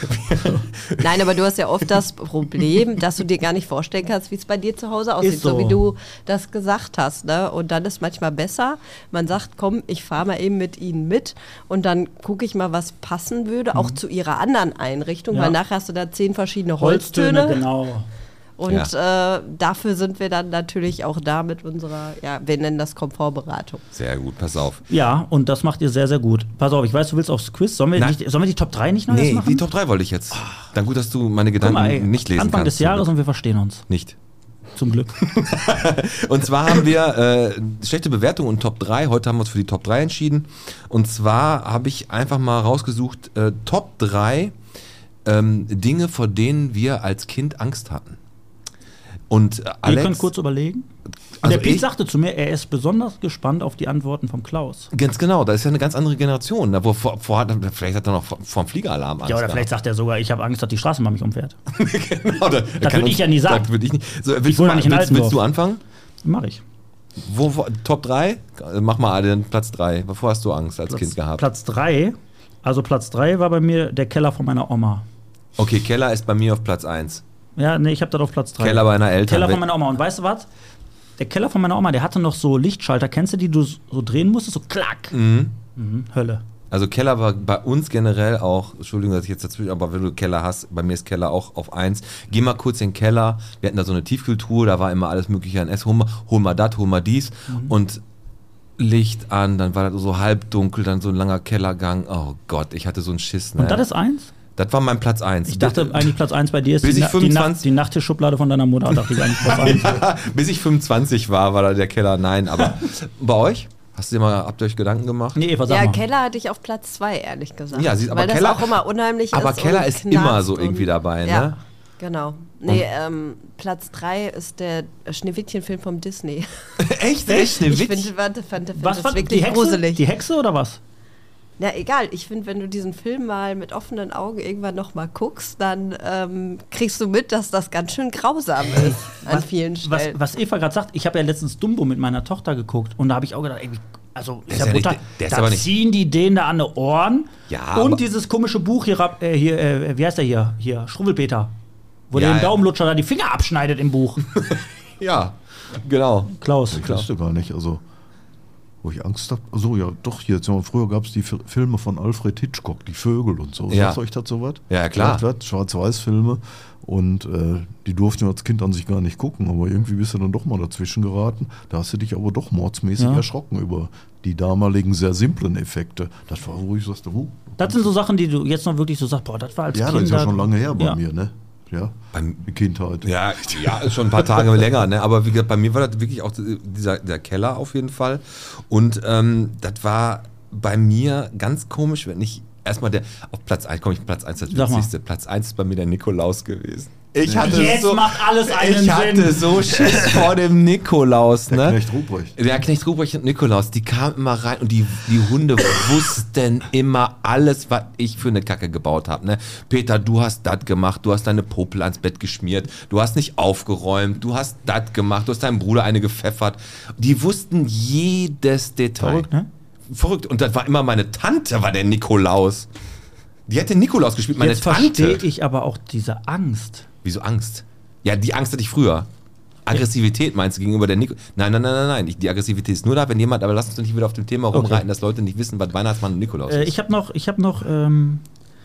Nein, aber du hast ja oft das Problem, dass du dir gar nicht vorstellen kannst, wie es bei dir zu Hause aussieht, Ist so. so. wie du das gesagt hast. Ne? Und dann ist manchmal besser, man sagt, komm, ich fahre mal eben mit ihnen mit und dann gucke ich mal, was passen würde, auch zu ihrer anderen Einrichtung, Ja. weil nachher hast du da zehn verschiedene Holztöne. Holztöne, genau. Und äh, dafür sind wir dann natürlich auch da mit unserer, ja, wir nennen das Komfortberatung. Sehr gut, pass auf. Ja, und das macht ihr sehr, sehr gut. Pass auf, ich weiß, du willst aufs Quiz. Sollen wir, Nein. nicht, sollen wir die Top drei nicht noch Nee, erst machen? die Top drei wollte ich jetzt. Dann gut, dass du meine Guck Gedanken mal, ey, nicht lesen Anfang kannst. des Jahres und wir verstehen uns. Nicht. Zum Glück. Und zwar haben wir äh, schlechte Bewertung und Top drei. Heute haben wir uns für die Top drei entschieden. Und zwar habe ich einfach mal rausgesucht, äh, Top drei ähm, Dinge, vor denen wir als Kind Angst hatten. Und äh, Ihr Alex, könnt kurz überlegen. Also der Piet ich- sagte zu mir, er ist besonders gespannt auf die Antworten vom Klaus. ganz genau, da ist ja eine ganz andere Generation. Da, wo, vor, vor, vielleicht hat er noch vor, vor dem Fliegeralarm Angst. Ja, oder gehabt. vielleicht sagt er sogar, ich habe Angst, dass die Straßenbahn mich umfährt. Genau, da, Das würde ich ja nie sagen. Das würde ich nicht. So, willst, Ich du wohne mal, nicht in willst, willst Altendorf. du anfangen? Mach ich. Wo, wo, Top drei? Mach mal den Platz drei. Wovor hast du Angst als Platz, Kind gehabt? Platz drei. Also Platz drei war bei mir der Keller von meiner Oma. Okay, Keller ist bei mir auf Platz eins. Ja, nee, ich habe das auf Platz drei. Keller bei einer Eltern. Keller von meiner Oma. Und weißt du was? Der Keller von meiner Oma, der hatte noch so Lichtschalter. Kennst du die, du so drehen musstest? So klack. Mhm. Mhm, Hölle. Also Keller war bei uns generell auch, Entschuldigung, dass ich jetzt dazwischen, aber wenn du Keller hast, bei mir ist Keller auch auf eins. Geh mal kurz in den Keller, wir hatten da so eine Tiefkühltruhe, da war immer alles mögliche an Essen, hol mal, hol mal das, hol mal dies und Licht an, dann war das so halbdunkel, dann so ein langer Kellergang, oh Gott, ich hatte so einen Schiss. Ne? Und das ist eins? Das war mein Platz eins. Ich dachte eigentlich Platz eins bei dir ist Bis die, ich Na die, Nacht, fünfundzwanzig die Nachttischschublade von deiner Mutter. Dachte ich eigentlich Platz eins. Bis ich fünfundzwanzig war, war da der Keller, nein, aber bei euch? Hast du dir mal, habt ihr euch Gedanken gemacht? Nee, Eva, sag Ja, mal. Keller hatte ich auf Platz zwei, ehrlich gesagt. Ja, sie- aber weil Keller- das auch immer unheimlich aber ist. Keller und ist immer knarzt so und- irgendwie dabei, ja, ne? Genau. Nee, ähm, Platz drei ist der Schneewittchen-Film vom Disney. Echt? Echt? Ich Schneewittchen? finde warte, fand, fand Was das fand die wirklich Hexe? gruselig. Die Hexe oder was? Na egal, ich finde, wenn du diesen Film mal mit offenen Augen irgendwann nochmal guckst, dann ähm, kriegst du mit, dass das ganz schön grausam ist an vielen Was, Stellen. was Eva gerade sagt, ich habe ja letztens Dumbo mit meiner Tochter geguckt und da habe ich auch gedacht, ey, wie- also ist ist ja ja nicht- brutal. der ist Da aber nicht- ziehen die denen da an die Ohren Ja, aber- und dieses komische Buch hier, ab- äh, hier äh, wie heißt der hier? Hier, Schrubbelpeter. Wo Ja, der den ja. Daumenlutscher da die Finger abschneidet im Buch. Ja, genau. Klaus. Ich wusste gar nicht, also wo ich Angst habe. Achso, ja, doch, hier, jetzt, früher gab es die Fi- Filme von Alfred Hitchcock, die Vögel und so. Ja. Sagt euch das sowas? Ja, klar. Sagt was? Schwarz-Weiß-Filme. Und äh, die durften wir als Kind an sich gar nicht gucken, aber irgendwie bist du dann doch mal dazwischen geraten. Da hast du dich aber doch mordsmäßig Ja. erschrocken über die damaligen sehr simplen Effekte. Das war, wo ich sagte, huh, Das sind so Sachen, die du jetzt noch wirklich so sagst, boah, das war als ja, Kind. das ist ja schon lange her bei ja. mir, ne? Ja, Beim- die Kindheit. Ja, ja, ist schon ein paar Tage länger, ne? Aber wie gesagt, bei mir war das wirklich auch dieser, dieser Keller auf jeden Fall. Und ähm, das war bei mir ganz komisch, wenn ich erstmal der auf Platz eins, komm ich Platz eins, das Sag mal. Witzigste. Platz eins ist bei mir der Nikolaus gewesen. Ich hatte Jetzt so, macht alles einen ich hatte Sinn. so Schiss vor dem Nikolaus, Der ne? Knecht Ruprecht. Der Knecht Ruprecht und Nikolaus, die kamen immer rein und die, die Hunde wussten immer alles, was ich für eine Kacke gebaut habe. Ne? Peter, du hast das gemacht, du hast deine Popel ans Bett geschmiert, du hast nicht aufgeräumt, du hast das gemacht, du hast deinem Bruder eine gepfeffert. Die wussten jedes Detail. Verrückt, ne? Verrückt. Und das war immer meine Tante, war der Nikolaus. Die hätte Nikolaus gespielt, meine Jetzt verstehe Tante. ich aber auch diese Angst. Wieso Angst? Ja, die Angst hatte ich früher. Aggressivität meinst du gegenüber der Nikolaus? Nein, nein, nein, nein, nein. Ich, die Aggressivität ist nur da, wenn jemand, aber lass uns doch nicht wieder auf dem Thema rumreiten, dass Leute nicht wissen, was Weihnachtsmann und Nikolaus Äh, ist. ich habe noch, ich hab noch ähm,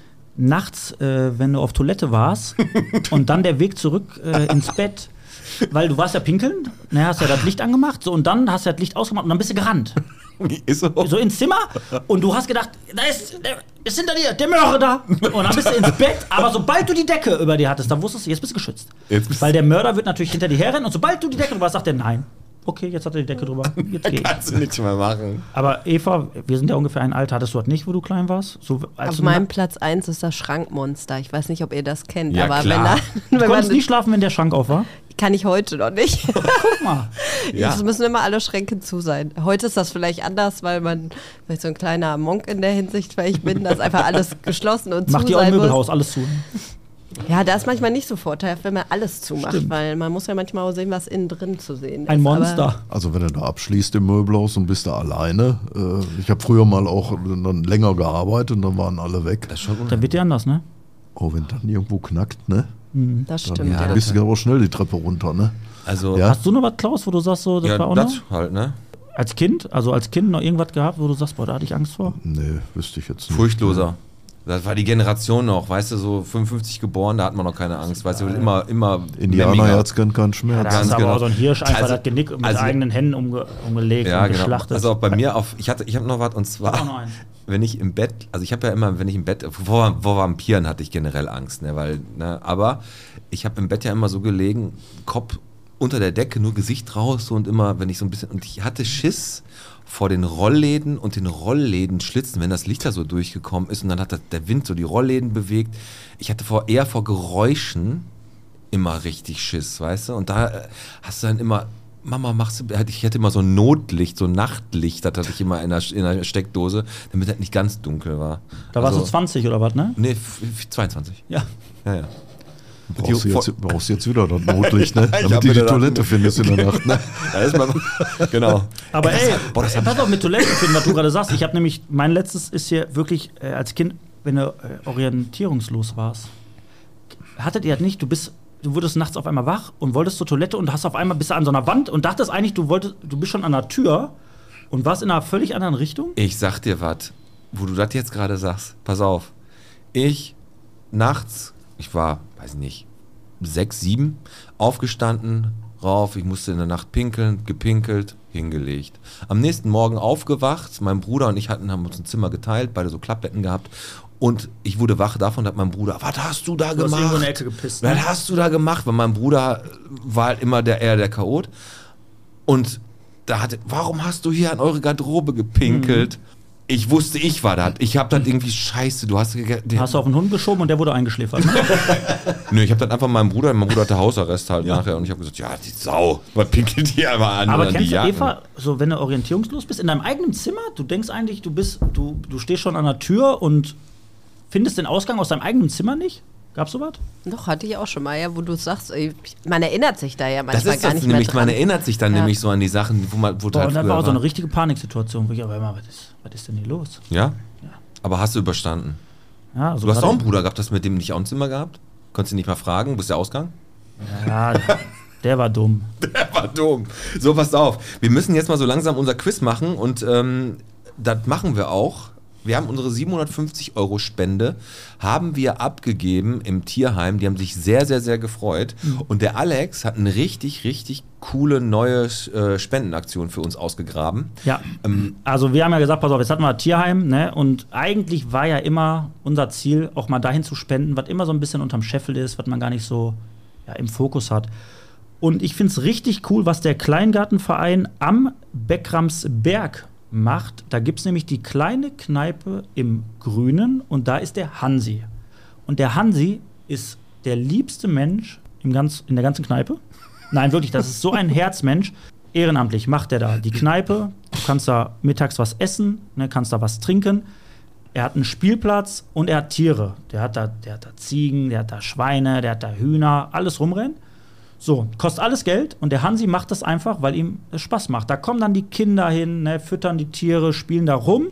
nachts, äh, wenn du auf Toilette warst und dann der Weg zurück äh, ins Bett, weil du warst ja pinkeln, ne, hast ja das Licht angemacht, so, und dann hast du das Licht ausgemacht und dann bist du gerannt. Ist so. So ins Zimmer und du hast gedacht, da ist, der ist hinter dir, der Mörder. Und dann bist du ins Bett, aber sobald du die Decke über dir hattest, dann wusstest du, jetzt bist du geschützt. Jetzt bist Weil der Mörder wird natürlich hinter dir herrennen und sobald du die Decke drüber hast, sagt er nein. Okay, jetzt hat er die Decke drüber. Jetzt geh ich. Kannst du nichts mehr machen. Aber Eva, wir sind ja ungefähr ein Alter. Hattest du das nicht, wo du klein warst? So, als Auf du meinem na- Platz eins ist das Schrankmonster. Ich weiß nicht, ob ihr das kennt, Ja, aber klar. wenn, Du da, wenn konntest man nie schlafen, wenn der Schrank auf war? kann ich heute noch nicht. Guck mal. Ja. Es müssen immer alle Schränke zu sein. Heute ist das vielleicht anders, weil man vielleicht so ein kleiner Monk in der Hinsicht, weil ich bin, dass einfach alles geschlossen und Macht zu ihr auch im sein muss. Möbelhaus alles zu? Ja, da ist manchmal nicht so vorteilhaft, wenn man alles zumacht, Stimmt. weil man muss ja manchmal auch sehen, was innen drin zu sehen ist. Ein Aber Monster. Also wenn du da abschließt im Möbelhaus und bist da alleine. Äh, ich habe früher mal auch dann länger gearbeitet und dann waren alle weg. Das ist schon Dann wird dir anders, ne? Oh, wenn dann irgendwo knackt, ne? Das Dann stimmt, Ja, ja. bist du aber schnell die Treppe runter, ne? Also, Ja. Hast du noch was, Klaus, wo du sagst, so, das ja, war auch das noch? halt, ne? Als Kind? Also als Kind noch irgendwas gehabt, wo du sagst, boah, da hatte ich Angst vor? Nee, wüsste ich jetzt nicht. Furchtloser. Das war die Generation noch, weißt du, so fünfundfünfzig geboren, da hat man noch keine Angst, weißt du, immer, immer Indianerherz kennt keinen Schmerz. Da Ganz hast du aber genau. auch so ein Hirsch einfach Also- das Genick mit also- eigenen Händen umge umgelegt Ja, und genau. geschlachtet. Also auch bei mir auf, ich hatte, ich habe noch was und Auch zwar, noch eins. wenn ich im Bett, also ich habe ja immer, wenn ich im Bett, vor, vor Vampiren hatte ich generell Angst, ne, weil, ne, aber ich habe im Bett ja immer so gelegen, Kopf unter der Decke, nur Gesicht raus so, und immer, wenn ich so ein bisschen, und ich hatte Schiss vor den Rollläden und den Rollläden schlitzen, wenn das Licht da so durchgekommen ist und dann hat das, der Wind so die Rollläden bewegt. Ich hatte vor, eher vor Geräuschen immer richtig Schiss, weißt du? Und da äh, hast du dann immer, Mama, machst du, ich hätte immer so ein Notlicht, so ein Nachtlicht, das hatte ich immer in der, in der Steckdose, damit das nicht ganz dunkel war. Da warst Also- du zwanzig oder was, ne? Nee, f- f- zweiundzwanzig. Ja. Ja, ja. Brauchst du, Die- jetzt, brauchst du jetzt wieder das Notlicht, ne? Ich hab Damit du die wieder das- Toilette findest in der Nacht, ne? Da ist man, genau. Aber ey, boah, das hat- pass auf mit Toiletten finden, was du gerade sagst. Ich habe nämlich, mein letztes ist hier wirklich äh, als Kind, wenn du äh, orientierungslos warst. Hattet ihr das nicht? Du bist, du wurdest nachts auf einmal wach und wolltest zur Toilette und hast auf einmal bist du an so einer Wand und dachtest eigentlich, du wolltest, du bist schon an der Tür und warst in einer völlig anderen Richtung. Ich sag dir was, wo du das jetzt gerade sagst. Pass auf. Ich nachts, ich war, weiß ich nicht, sechs, sieben, aufgestanden, rauf, ich musste in der Nacht pinkeln, gepinkelt, hingelegt. Am nächsten Morgen aufgewacht, mein Bruder und ich hatten, haben uns ein Zimmer geteilt, beide so Klappbetten gehabt. Und ich wurde wach davon, hat mein Bruder, was hast du da Du hast gemacht? irgendwo in der Ecke gepisst. Was Ne? hast du da gemacht? Weil mein Bruder war halt immer der, eher der Chaot. Und da hatte, warum hast du hier an eure Garderobe gepinkelt? Ich wusste, ich war das. Ich hab dann irgendwie, scheiße, du hast... ge- den- Hast du auf den Hund geschoben und der wurde eingeschläfert. Ne? Nö, ich hab dann einfach meinem Bruder, mein Bruder hatte Hausarrest halt nachher und ich hab gesagt, ja, die Sau, was pinkelt die einmal an? Aber an die kennst du, Jacken? Eva, so wenn du orientierungslos bist, in deinem eigenen Zimmer, du denkst eigentlich, du bist, du, du stehst schon an der Tür und findest den Ausgang aus deinem eigenen Zimmer nicht? Gab's sowas? Doch, hatte ich auch schon mal, ja, wo du sagst, ey, man erinnert sich da ja Das manchmal ist gar das nicht nämlich, mehr dran. man erinnert sich dann Ja. nämlich so an die Sachen, wo man wo Boah, halt und dann früher war auch so eine war. richtige Paniksituation, wo ich aber immer, was ist, was ist denn hier los? Ja? Ja. Aber hast du überstanden? Ja, also Du hast gerade- auch einen Bruder gehabt, hast du mit dem nicht auch ein Zimmer gehabt? Konntest du nicht mal fragen, wo ist der Ausgang? Ja, der war dumm. Der war dumm. So, passt auf. Wir müssen jetzt mal so langsam unser Quiz machen und ähm, das machen wir auch. Wir haben unsere siebenhundertfünfzig Euro Spende, haben wir abgegeben im Tierheim. Die haben sich sehr, sehr, sehr gefreut. Und der Alex hat eine richtig, richtig coole neue äh, Spendenaktion für uns ausgegraben. Ja, Ähm, also wir haben ja gesagt, pass auf, jetzt hatten wir Tierheim, ne? Und eigentlich war ja immer unser Ziel, auch mal dahin zu spenden, was immer so ein bisschen unterm Scheffel ist, was man gar nicht so ja, im Fokus hat. Und ich finde es richtig cool, was der Kleingartenverein am Beckramsberg macht. Da gibt es nämlich die kleine Kneipe im Grünen und da ist der Hansi. Und der Hansi ist der liebste Mensch, im ganz, in der ganzen Kneipe. Nein, wirklich, das ist so ein Herzmensch. Ehrenamtlich macht er da die Kneipe. Du kannst da mittags was essen, ne, kannst da was trinken. Er hat einen Spielplatz und er hat Tiere. Der hat da, der hat da Ziegen, der hat da Schweine, der hat da Hühner, alles rumrennen. So, kostet alles Geld und der Hansi macht das einfach, weil ihm es Spaß macht. Da kommen dann die Kinder hin, ne, füttern die Tiere, spielen da rum.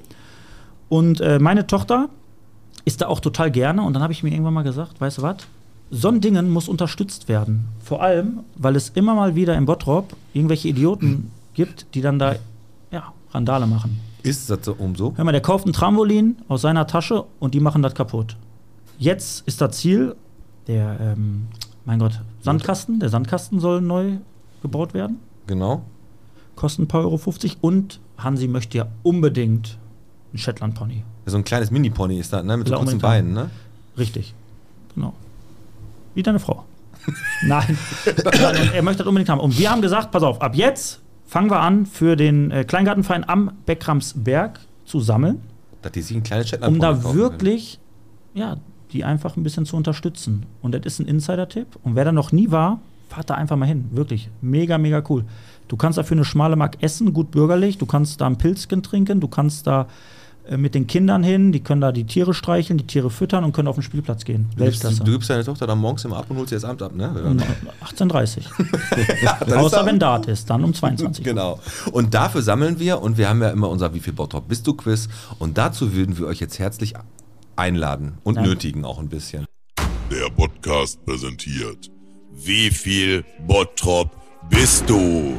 Und äh, meine Tochter ist da auch total gerne. Und dann habe ich mir irgendwann mal gesagt, weißt du was? So ein Dingen muss unterstützt werden. Vor allem, weil es immer mal wieder im Bottrop irgendwelche Idioten gibt, die dann da ja, Randale machen. Ist das so umso? Hör mal, der kauft ein Trampolin aus seiner Tasche und die machen das kaputt. Jetzt ist das Ziel, der, ähm, mein Gott, Sandkasten. Der Sandkasten soll neu gebaut werden. Genau. Kostet ein paar Euro fünfzig. Und Hansi möchte ja unbedingt einen Shetland-Pony. So ein kleines Mini-Pony ist das, ne? Mit so Will er kurzen unbedingt Beinen, ne? Richtig, genau. Wie deine Frau. Nein. Nein, und er möchte das unbedingt haben. Und wir haben gesagt, pass auf, ab jetzt fangen wir an, für den äh, Kleingartenverein am Beckramsberg zu sammeln, Dass die sich ein kleines Shetland um Pony da kaufen wirklich, ja, die einfach ein bisschen zu unterstützen. Und das ist ein Insider-Tipp. Und wer da noch nie war, fahrt da einfach mal hin. Wirklich. Mega, mega cool. Du kannst dafür eine schmale Mark essen, gut bürgerlich. Du kannst da ein Pilzchen trinken. Du kannst da äh, mit den Kindern hin. Die können da die Tiere streicheln, die Tiere füttern und können auf den Spielplatz gehen. Du gibst, Weltklasse. du gibst deine Tochter dann morgens immer ab und holst ihr das Amt ab, ne? Um achtzehn Uhr dreißig. Ja, das ist Außer auch- wenn Dart ist, dann um zweiundzwanzig Uhr. Genau. Und dafür sammeln wir und wir haben ja immer unser Wie viel Bottrop bist du Quiz und dazu würden wir euch jetzt herzlich einladen und Ja. nötigen auch ein bisschen. Der Podcast präsentiert. Wie viel Bottrop bist du?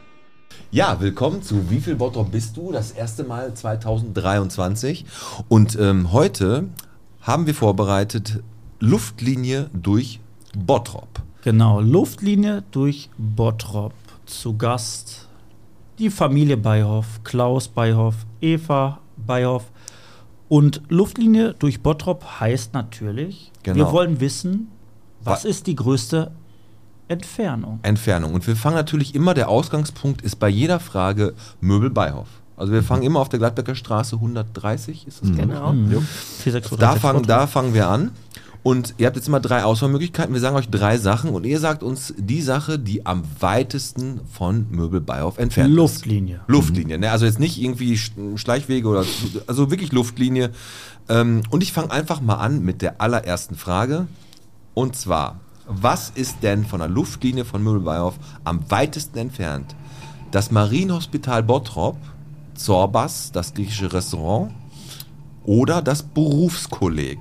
Ja, willkommen zu Wie viel Bottrop bist du? Das erste Mal zweitausenddreiundzwanzig und ähm, heute haben wir vorbereitet Luftlinie durch Bottrop. Genau, Luftlinie durch Bottrop. Zu Gast die Familie Beihoff, Klaus Beihoff, Eva Beihoff. Und Luftlinie durch Bottrop heißt natürlich, Genau. wir wollen wissen, was Wa- ist die größte Entfernung? Entfernung. Und wir fangen natürlich immer, der Ausgangspunkt ist bei jeder Frage Möbel Beihoff. Also wir fangen immer auf der Gladbecker Straße hundertdreißig, ist das Genau. Mhm. vier sechs zwei drei Da sechs fangen, Bottrop. da fangen wir an. Und ihr habt jetzt immer drei Auswahlmöglichkeiten. Wir sagen euch drei Sachen und ihr sagt uns die Sache, die am weitesten von Möbel Beihoff entfernt Luftlinie. ist. Luftlinie. Ne? Also jetzt nicht irgendwie Sch- Schleichwege oder also wirklich Luftlinie. Ähm, und ich fange einfach mal an mit der allerersten Frage. Und zwar, was ist denn von der Luftlinie von Möbel Beihoff am weitesten entfernt? Das Marienhospital Bottrop, Zorbas, das griechische Restaurant oder das Berufskolleg?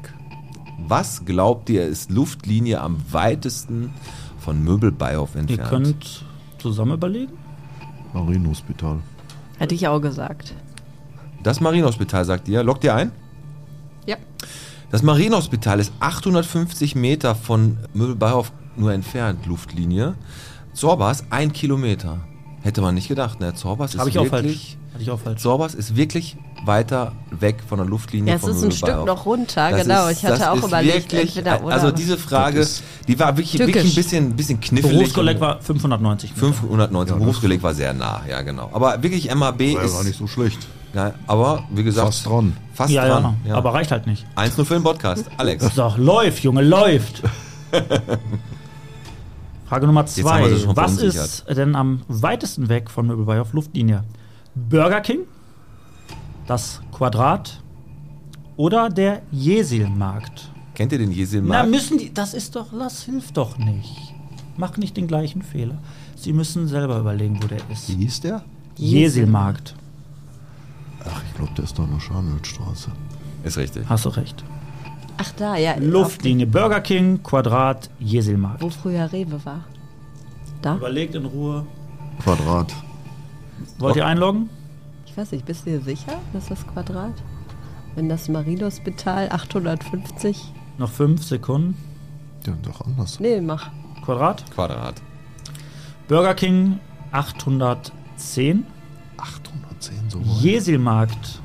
Was glaubt ihr, ist Luftlinie am weitesten von Möbel Beihoff Ihr entfernt? könnt zusammen überlegen. Marienhospital. Hätte ich auch gesagt. Das Marienhospital, sagt ihr. Lockt ihr ein? Ja. Das Marienhospital ist achthundertfünfzig Meter von Möbel Beihoff nur entfernt, Luftlinie. Zorbas ein Kilometer. Hätte man nicht gedacht, ne? Zorbas ist Habe ich auch falsch. wirklich... Hatte ich auch falsch. Zorbas ist wirklich weiter weg von der Luftlinie Ja, es von ist ein Möbel Stück Beihoff. noch runter, Das genau. ist- Ich hatte das auch ist überlegt, wirklich, entweder oder. Also diese Frage, Das ist- die war wirklich, Tückisch. wirklich ein bisschen, bisschen knifflig. Berufskolleg war fünfhundertneunzig. Meter. fünfhundertneunzig, Ja, Berufskolleg war sehr nah, ja genau. Aber wirklich M A B War ja ist... gar nicht so schlecht. Ja, aber wie gesagt... Fast dran. Fast Ja, dran. ja, aber reicht halt nicht. eins null für den Podcast. Alex. So, läuft, Junge, läuft. Frage Nummer haben wir zwei. sie schon Was verunsichert. ist denn am weitesten weg von Möbel Beihoff Luftlinie? Burger King, das Quadrat oder der Jesilmarkt? Kennt ihr den Na, Jesilmarkt? müssen die, das ist doch, das hilft doch nicht. Mach nicht den gleichen Fehler. Sie müssen selber überlegen, wo der ist. Wie hieß der? Jesilmarkt. Ach, ich glaube, der ist da in der Scharnhölzstraße. Ist richtig. Hast du recht. Ach da, ja. Luftlinie, Burger King, Quadrat, Jesilmarkt. Wo früher Rewe war. Da? Überlegt in Ruhe. Quadrat. Wollt ihr einloggen? Ich weiß nicht, bist du dir sicher, dass das Quadrat? Wenn das Marienhospital achthundertfünfzig. Noch fünf Sekunden. Ja, doch anders. Nee, mach. Quadrat. Quadrat. Burger King achthundertzehn. achthundertzehn, so weit. Jesilmarkt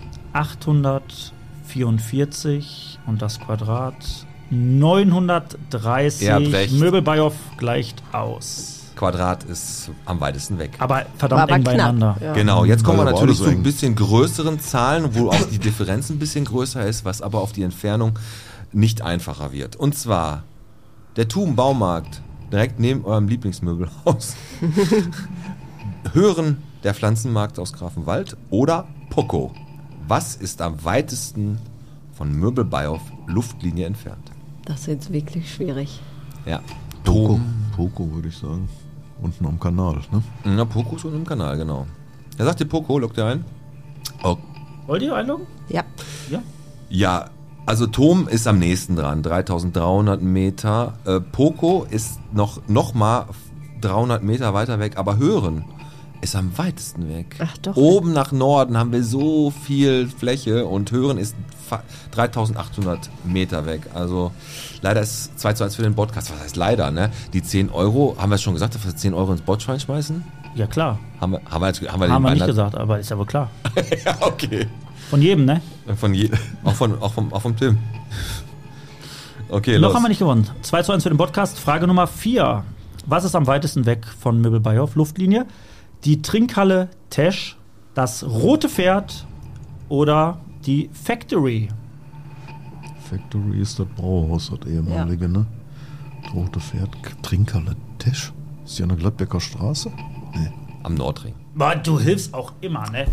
achthundertvierundvierzig und das Quadrat neunhundertdreißig. Ihr habt recht. Möbel Beihoff gleicht aus. Quadrat ist am weitesten weg. Aber War verdammt aber eng knapp. beieinander. Ja. Genau, jetzt kommen wir Also war natürlich alles zu ein eng. bisschen größeren Zahlen, wo auch die Differenz ein bisschen größer ist, was aber auf die Entfernung nicht einfacher wird. Und zwar der Thum Baumarkt direkt neben eurem Lieblingsmöbelhaus. Hören, der Pflanzenmarkt aus Grafenwald oder Poco. Was ist am weitesten von Möbelbauhof Luftlinie entfernt? Das ist jetzt wirklich schwierig. Ja. Poco, Poco würde ich sagen. Unten am Kanal, ne? Na, Poco ist unten im Kanal, genau. Er sagt dir Poco, lockt ihr ein? Oh. Wollt ihr einloggen? Ja. Ja. Ja, also Tom ist am nächsten dran, dreitausenddreihundert Meter. Äh, Poco ist noch, noch mal dreihundert Meter weiter weg, aber Hören ist am weitesten weg. Ach doch. Oben nach Norden haben wir so viel Fläche und Hören ist dreitausendachthundert Meter weg. Also leider ist zwei zu eins für den Podcast. Was heißt leider, ne? Die zehn Euro, haben wir schon gesagt, dass wir zehn Euro ins Bot reinschmeißen? Ja, klar. Haben wir, haben wir, jetzt, haben wir, Haben den wir nicht anderen- gesagt, aber ist aber klar. Ja, okay. Von jedem, ne? Von je, auch, von, auch, vom, auch vom Tim. Okay, Noch los. haben wir nicht gewonnen. zwei zu eins für den Podcast. Frage Nummer vier. Was ist am weitesten weg von Möbelbauhof Luftlinie? Die Trinkhalle Tesch, das Rote Pferd oder die Factory? Factory ist das Brauhaus, das ehemalige, ne? Das Rote Pferd, Trinkhalle, Tesch. Ist die an der Gladbecker Straße? Nee. Am Nordring. Boah, du hilfst auch immer, ne?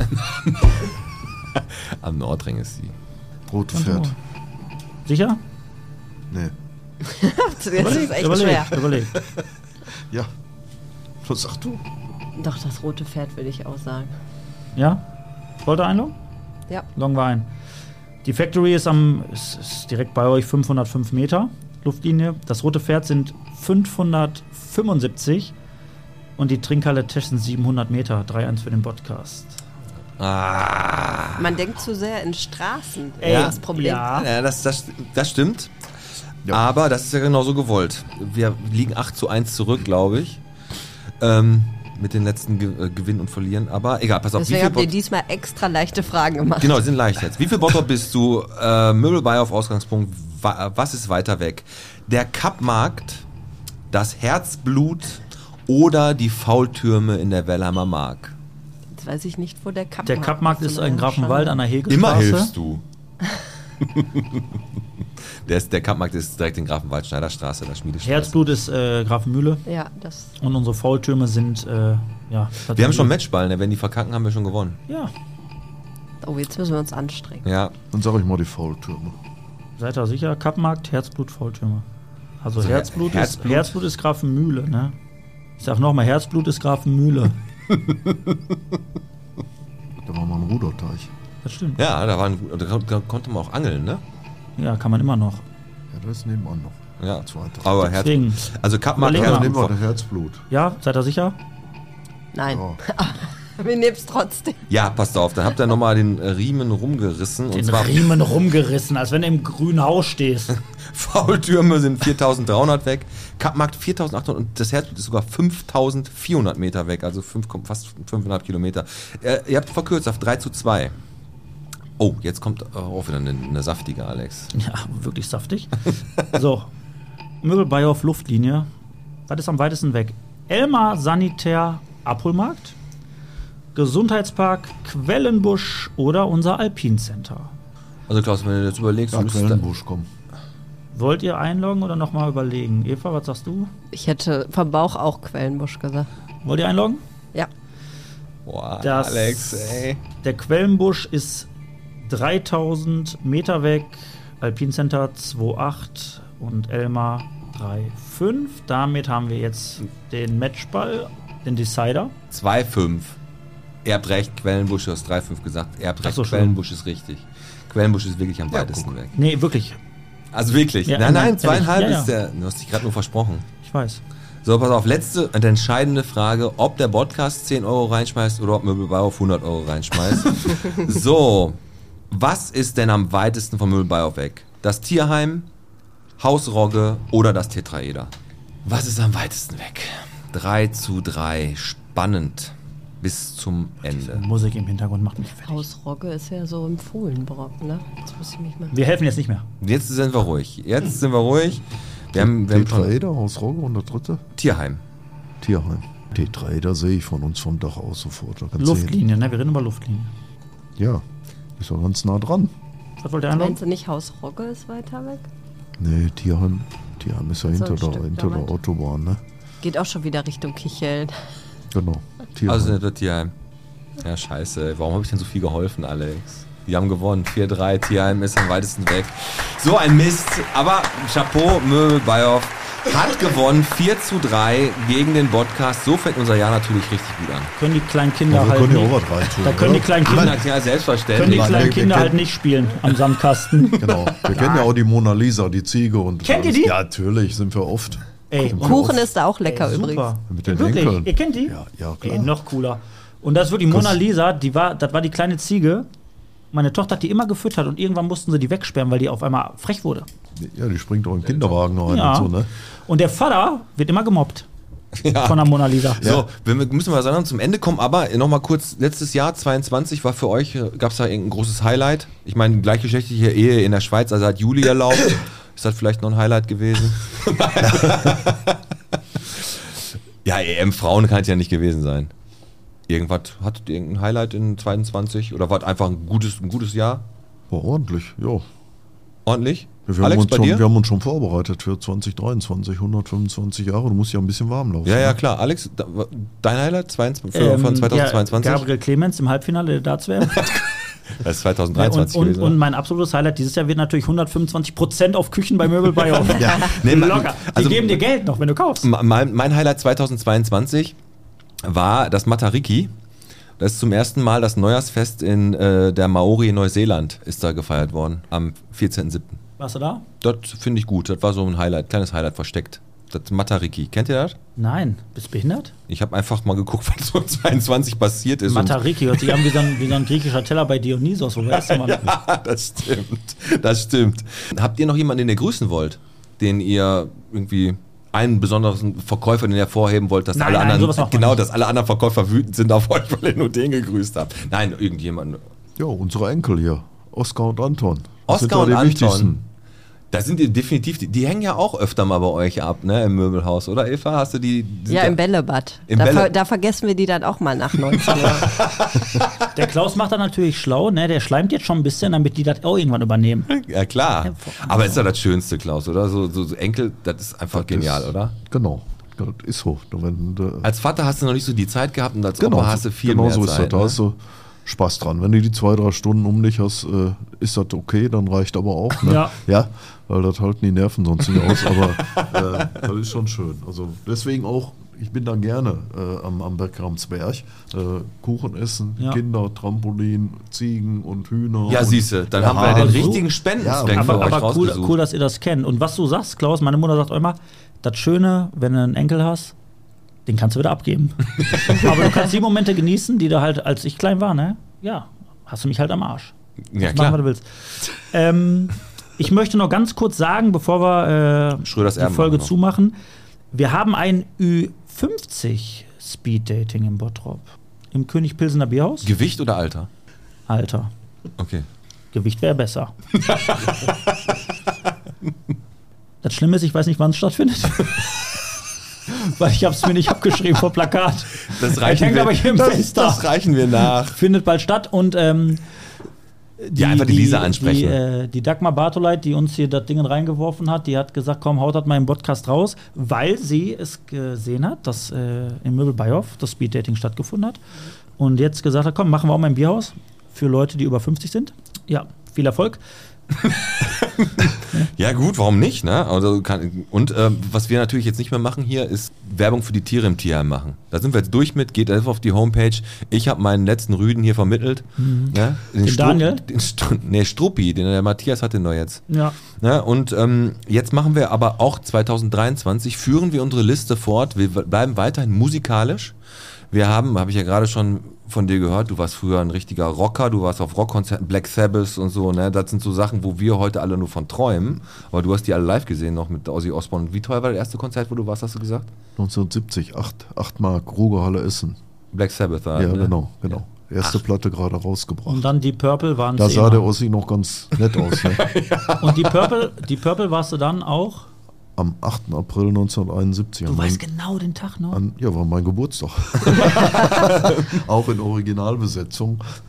Am Nordring ist sie. Rote Ganz Pferd. genau. Sicher? Nee. Das ist echt schwer. überleg. Ja. Was sagst du? Doch, das rote Pferd würde ich auch sagen. Ja? Wollt ihr einloggen? Ja. Loggen wir ein. Die Factory ist, am, ist, ist direkt bei euch fünfhundertfünf Meter Luftlinie. Das Rote Pferd sind fünfhundertfünfundsiebzig und die Trinkhalle Tesch sind siebenhundert Meter. drei eins für den Podcast. Ah. Man denkt zu sehr in Straßen. Ey, das Problem. ja. Ja, das, das, das stimmt. Ja. Aber das ist ja genauso gewollt. Wir liegen acht zu eins zurück, glaube ich. Ähm, mit den letzten Ge äh, Gewinnen und Verlieren. Aber egal, pass auf. Deswegen wie habt ihr Bot- diesmal extra leichte Fragen gemacht. Genau, die sind leicht jetzt. Wie viel Bottrop bist du? Äh, Möbelbauhof Ausgangspunkt. Wa was ist weiter weg? Der Kappmarkt, das Herzblut oder die Faultürme in der Wellheimer Mark? Jetzt weiß ich nicht, wo der Kappmarkt Der Kappmarkt ist in oder Grafenwald schon- an der Hegestraße. Immer hilfst du. der, ist, der Kappmarkt ist direkt in Grafenwald, Schneiderstraße, der Schmiedestraße. Herzblut ist äh, Grafenmühle Ja, das. und unsere Faultürme sind, äh, ja. Wir haben schon Matchball, ne? Wenn die verkacken, haben wir schon gewonnen. Ja, Oh, jetzt müssen wir uns anstrengen. Ja. Dann sage ich mal die Faultürme. seid ihr sicher? Kappmarkt, Herzblut, Faultürme. Also Also Herzblut, Her- ist, Herzblut? Herzblut ist Grafenmühle, ne? Ich sag nochmal, Herzblut ist Grafenmühle. Da war mal ein Ruderteich. Das stimmt. Ja, da, waren, da kon- da konnte man auch angeln, ne? Ja, kann man immer noch. Ja, da ist nebenan noch. Ja. Zweiter. Aber Herz, Deswegen. also Kappmarkt, Überleg Ja, mal. nehmen wir Herzblut. das Herzblut. Ja, seid ihr sicher? Nein, Ja. wir nehmen es trotzdem. Ja, passt auf, dann habt ihr nochmal den äh, Riemen rumgerissen. Und Den zwar Riemen rumgerissen, als wenn du im grünen Haus stehst. Faultürme sind viertausenddreihundert weg, Kappmarkt viertausendachthundert und das Herzblut ist sogar fünftausendvierhundert Meter weg, also fünf, fast fünfeinhalb Kilometer. Äh, ihr habt verkürzt auf drei zu zwei. Oh, jetzt kommt äh, auch wieder eine, eine saftige, Alex. Ja, wirklich saftig. So, Möbelbauhof Luftlinie. Was ist am weitesten weg? Elmar Sanitär Abholmarkt, Gesundheitspark Quellenbusch oder unser Alpin Center. Also Klaus, wenn du jetzt überlegst, Ja, du müsstest Quellenbusch, komm. Wollt ihr einloggen oder nochmal überlegen? Eva, was sagst du? Ich hätte vom Bauch auch Quellenbusch gesagt. Wollt ihr einloggen? Ja. Boah, Das- Alex, ey. Der Quellenbusch ist dreitausend Meter weg, Alpin Center zwei Komma acht und Elmar drei Komma fünf. Damit haben wir jetzt den Matchball, den Decider. zwei fünf. Ihr habt recht, Quellenbusch, du hast drei fünf gesagt. Ihr habt Ach recht, so, schön. Quellenbusch ist richtig. Quellenbusch ist wirklich am Ja, weitesten guck. weg. Nee, wirklich, Also wirklich? Ja, nein, nein, ehrlich. zweieinhalb Ja, ja. ist der. Du hast dich gerade nur versprochen. ich weiß. So, pass auf, letzte und entscheidende Frage, ob der Podcast zehn Euro reinschmeißt oder ob Möbelbauhof hundert Euro reinschmeißt. So, was ist denn am weitesten vom Möbelbauhof weg? Das Tierheim, Hausrogge oder das Tetraeder? Was ist am weitesten weg? drei zu drei, spannend bis zum Ende. Musik im Hintergrund macht mich fertig. Hausrogge ist ja so im Fohlenbrock, ne? Jetzt muss ich mich mal. Wir helfen jetzt nicht mehr. Jetzt sind wir ruhig. Jetzt sind wir ruhig. Wir haben, wir haben schon Tetraeder, Hausrogge und der dritte? Tierheim. Tierheim. Tetraeder sehe ich von uns vom Dach aus sofort. Da kannst du Luftlinie, ne? Wir reden über Luftlinie. hin. Ja, ist doch ganz nah dran. Was wollt ihr einloggen? Meinst du nicht, Hausrogge ist weiter weg? Nee, Tierheim, Tierheim ist ja So hinter, ein der, Stück hinter der damit. Autobahn, ne? Geht auch schon wieder Richtung Kicheln. Genau. Tierheim. Also das Tierheim. Ja, scheiße. Ey. Warum habe ich denn so viel geholfen, Alex? Die haben gewonnen. vier drei. Tierheim ist am weitesten weg. So ein Mist. Aber Chapeau, Möbel Beihoff hat gewonnen. vier zu drei gegen den Podcast. So fängt unser Jahr natürlich richtig gut an. Können die kleinen Kinder Ja, wir halt können ja nicht, auch was reintun. da können die oder? kleinen Kinder, Ja, können die selbstverständlich. Nein, kleinen wir- wir Kinder kennen- halt nicht spielen am Sandkasten. Genau. Wir kennen ja auch die Mona Lisa, die Ziege und. Kennt ihr alles. die? Ja, natürlich, sind wir oft. Ey, Sind und wir Kuchen oft. ist da auch lecker Ey, übrigens. super. Mit den Wirklich? Enkeln. Ihr kennt die? Ja, ja, klar. Ey, noch cooler. Und das ist wirklich Mona Lisa, die war, das war die kleine Ziege. Meine Tochter hat die immer gefüttert und irgendwann mussten sie die wegsperren, weil die auf einmal frech wurde. Ja, die springt auch im Kinderwagen rein Ja. und so, ne? Und der Vater wird immer gemobbt Ja. von der Mona Lisa. So, wir müssen mal sagen, zum Ende kommen, aber nochmal kurz, letztes Jahr, zweiundzwanzig, war für euch, gab es da irgendein großes Highlight? Ich meine, gleichgeschlechtliche Ehe in der Schweiz, also hat Juli erlaubt. Ist das vielleicht noch ein Highlight gewesen? Ja, E M Frauen kann es ja nicht gewesen sein. Irgendwas, hattet ihr irgendein Highlight in zweiundzwanzig oder war es einfach ein gutes, ein gutes Jahr? War ordentlich, ja. Ordentlich? Wir haben, Alex, uns bei schon, dir? wir haben uns schon vorbereitet für zwanzig dreiundzwanzig, hundertfünfundzwanzig Jahre. Du musst ja ein bisschen warm laufen. Ja, ja, ne? klar. Alex, da- dein Highlight zweiundzwanzig, für, Ähm, von zweitausendzweiundzwanzig? Ja, Gabriel Clemens im Halbfinale der Darts-W M. Das ist und, zweitausenddreiundzwanzig und, gewesen. und oder? mein absolutes Highlight dieses Jahr wird natürlich hundertfünfundzwanzig Prozent auf Küchen bei Möbel bei auf. Nee, mein- Locker. Die also- geben dir Geld noch, wenn du kaufst. Mein, mein Highlight zweitausendzweiundzwanzig war das Matariki. Das ist zum ersten Mal das Neujahrsfest in äh, der Maori in Neuseeland ist da gefeiert worden, am vierzehnten siebten Warst du da? Das finde ich gut. Das war so ein Highlight, kleines Highlight versteckt. Das Matariki. Kennt ihr das? Nein. Bist du behindert? Ich habe einfach mal geguckt, was so zweiundzwanzig passiert ist. und- Matariki hört sich an wie so, ein, wie so ein griechischer Teller bei Dionysos. Wo weißt du, Mann? Ja, das stimmt. Das stimmt. Habt ihr noch jemanden, den ihr grüßen wollt? Den ihr irgendwie einen besonderen Verkäufer, den ihr hervorheben wollt, dass Nein, alle nein, anderen sowas macht man genau, nicht. dass alle anderen Verkäufer wütend sind auf euch, weil ihr nur den gegrüßt habt. Nein, irgendjemanden. Ja, unsere Enkel hier. Oskar und Anton. Das sind Oskar ja und die Anton. wichtigsten. Da sind die definitiv, die, die hängen ja auch öfter mal bei euch ab, ne, im Möbelhaus, oder Eva? Hast du die? sind Ja, im Bällebad. Im da, Bälle- ver da vergessen wir die dann auch mal nach neunzehn Uhr. Der Klaus macht da natürlich schlau, ne? Der schleimt jetzt schon ein bisschen, damit die das auch irgendwann übernehmen. Ja, klar. Aber ist doch das Schönste, Klaus, oder? So, so, so Enkel, das ist einfach Das genial, ist, oder? Genau. Das ist so. Wenn, du- Als Vater hast du noch nicht so die Zeit gehabt und als genau, Opa hast du viel genau mehr so ist Zeit. das. Da ne? hast du Spaß dran. Wenn du die zwei, drei Stunden um dich hast, äh, ist das okay, dann reicht aber auch. Ne? Ja. ja, weil das halten die Nerven sonst nicht aus. Aber äh, das ist schon schön. Also deswegen auch, ich bin da gerne äh, am, am Beckramsberg. Äh, Kuchen essen, Ja. Kinder, Trampolin, Ziegen und Hühner. Ja, und siehste, dann Ja, haben wir den so- richtigen Spendenzweck Ja, für Aber, euch aber cool, rausgesucht. cool, dass ihr das kennt. Und was du sagst, Klaus, meine Mutter sagt auch immer, das Schöne, wenn du einen Enkel hast, den kannst du wieder abgeben. Aber du kannst die Momente genießen, die du halt, als ich klein war, ne? Ja, hast du mich halt am Arsch. Ja, Mach, klar. was du willst. Ähm, ich möchte noch ganz kurz sagen, bevor wir äh, Schröders die Erben Folge machen noch. zumachen, wir haben ein Ü fünfzig Speed-Dating im Bottrop. Im König Pilsener Bierhaus. Gewicht oder Alter? Alter, Okay. Gewicht wäre besser. Das Schlimme ist, ich weiß nicht, wann es stattfindet. Weil ich habe es mir nicht abgeschrieben vor Plakat. Das Ich reichen hängt wir, aber hier im das, Fenster. das reichen wir nach. Findet bald statt und ähm, Ja, einfach die Lisa ansprechen. Die, äh, die Dagmar Bartoleit, die uns hier das Ding reingeworfen hat, die hat gesagt, komm, haut das mal im Podcast raus, weil sie es gesehen hat, dass äh, im Möbel Beihoff das Speeddating stattgefunden hat. Und jetzt gesagt hat, komm, machen wir auch mal im Bierhaus für Leute, die über fünfzig sind. Ja, viel Erfolg. Ja gut, warum nicht? Ne? Also kann, und ähm, was wir natürlich jetzt nicht mehr machen hier, ist Werbung für die Tiere im Tierheim machen. Da sind wir jetzt durch mit, geht einfach auf die Homepage. Ich habe meinen letzten Rüden hier vermittelt. Ne? Den Stru- Daniel? Den Stru nee, Struppi, den der Matthias hat den doch jetzt. Ja. Ne? Und ähm, jetzt machen wir aber auch zweitausenddreiundzwanzig, führen wir unsere Liste fort. Wir bleiben weiterhin musikalisch. Wir haben, habe ich ja gerade schon von dir gehört, du warst früher ein richtiger Rocker, du warst auf Rockkonzerten, Black Sabbath und so, ne? Das sind so Sachen, wo wir heute alle nur von träumen. Aber du hast die alle live gesehen noch mit Ozzy Osbourne. Wie teuer war das erste Konzert, wo du warst, hast du gesagt? neunzehnhundertsiebzig, acht Mark, Rugerhalle Essen. Black Sabbath war Ja, ne? genau, genau. Erste Platte gerade rausgebracht. Und dann die Purple waren Da es sah der immer. Ossi noch ganz nett aus. Ne? Und die Purple, die Purple warst du dann auch? Am achten April neunzehnhunderteinundsiebzig. Du an weißt mein- genau den Tag noch. An, ja, war mein Geburtstag. Auch in Originalbesetzung.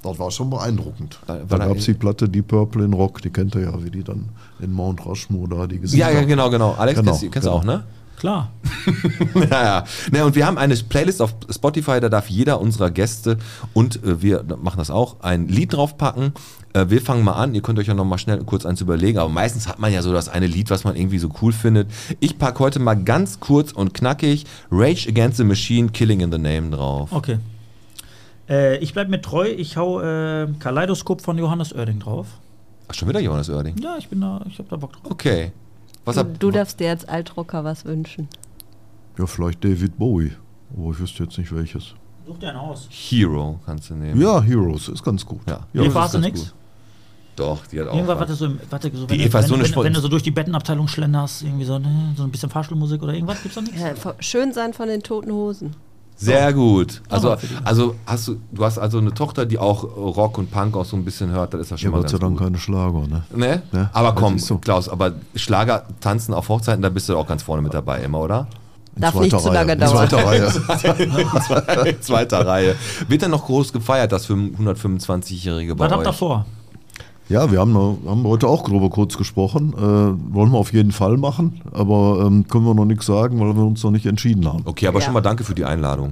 Das war schon beeindruckend. Da- Da, war da- gab es die Platte Deep Purple in Rock, die kennt ihr ja, wie die dann in Mount Rushmore da die Gesichter. Ja, ja, genau, genau. Alex, Genau, kennst, du- kennst du genau. auch, ne? Klar. ja, ja. Ne, und wir haben eine Playlist auf Spotify, da darf jeder unserer Gäste und äh, wir machen das auch, ein Lied draufpacken. Äh, wir fangen mal an, ihr könnt euch ja noch mal schnell kurz eins überlegen, aber meistens hat man ja so das eine Lied, was man irgendwie so cool findet. Ich packe heute mal ganz kurz und knackig Rage Against the Machine, Killing in the Name drauf. Okay. Äh, ich bleib mir treu. Ich hau äh, Kaleidoskop von Johannes Oerding drauf. Ach, schon wieder Johannes Oerding? Ja, ich bin da, ich hab da Bock drauf. Okay. Was Du, hab, du darfst dir als Altrocker was wünschen. Ja, vielleicht David Bowie. Aber ich wüsste jetzt nicht welches. Such dir einen aus. Hero kannst du nehmen. Ja, Heroes ist ganz gut. Ja. Nee, das hast ist du ganz nix? gut. Doch, die hat auch. Irgendwas, was. warte, so, im- warte, so, Die wenn, du, Eva ist wenn, so eine wenn, Sport- wenn du so durch die Bettenabteilung schlenderst, irgendwie so, ne, so ein bisschen Fahrstuhlmusik oder irgendwas, gibt's da nichts? Ja, vo- schön sein von den Toten Hosen. Sehr gut. Also, Aber für die- also hast du, du hast also eine Tochter, die auch Rock und Punk auch so ein bisschen hört, das ist ja schon Ja, mal Gott sei ganz Dank gut. keine Schlager, ne? Ne? Ja, Aber das komm, ist so. Klaus, aber Schlager tanzen auf Hochzeiten, da bist du auch ganz vorne mit dabei immer, oder? In Darf zweiter nicht zu Reihe. lange In dauern. zweiter Reihe. In zweiter Reihe. Wird dann noch groß gefeiert, das für hundertfünfundzwanzigjährige bei Was habt ihr euch? vor? Ja, wir haben, noch- haben heute auch drüber kurz gesprochen. Äh, wollen wir auf jeden Fall machen, aber ähm, können wir noch nichts sagen, weil wir uns noch nicht entschieden haben. Okay, aber Ja. schon mal danke für die Einladung.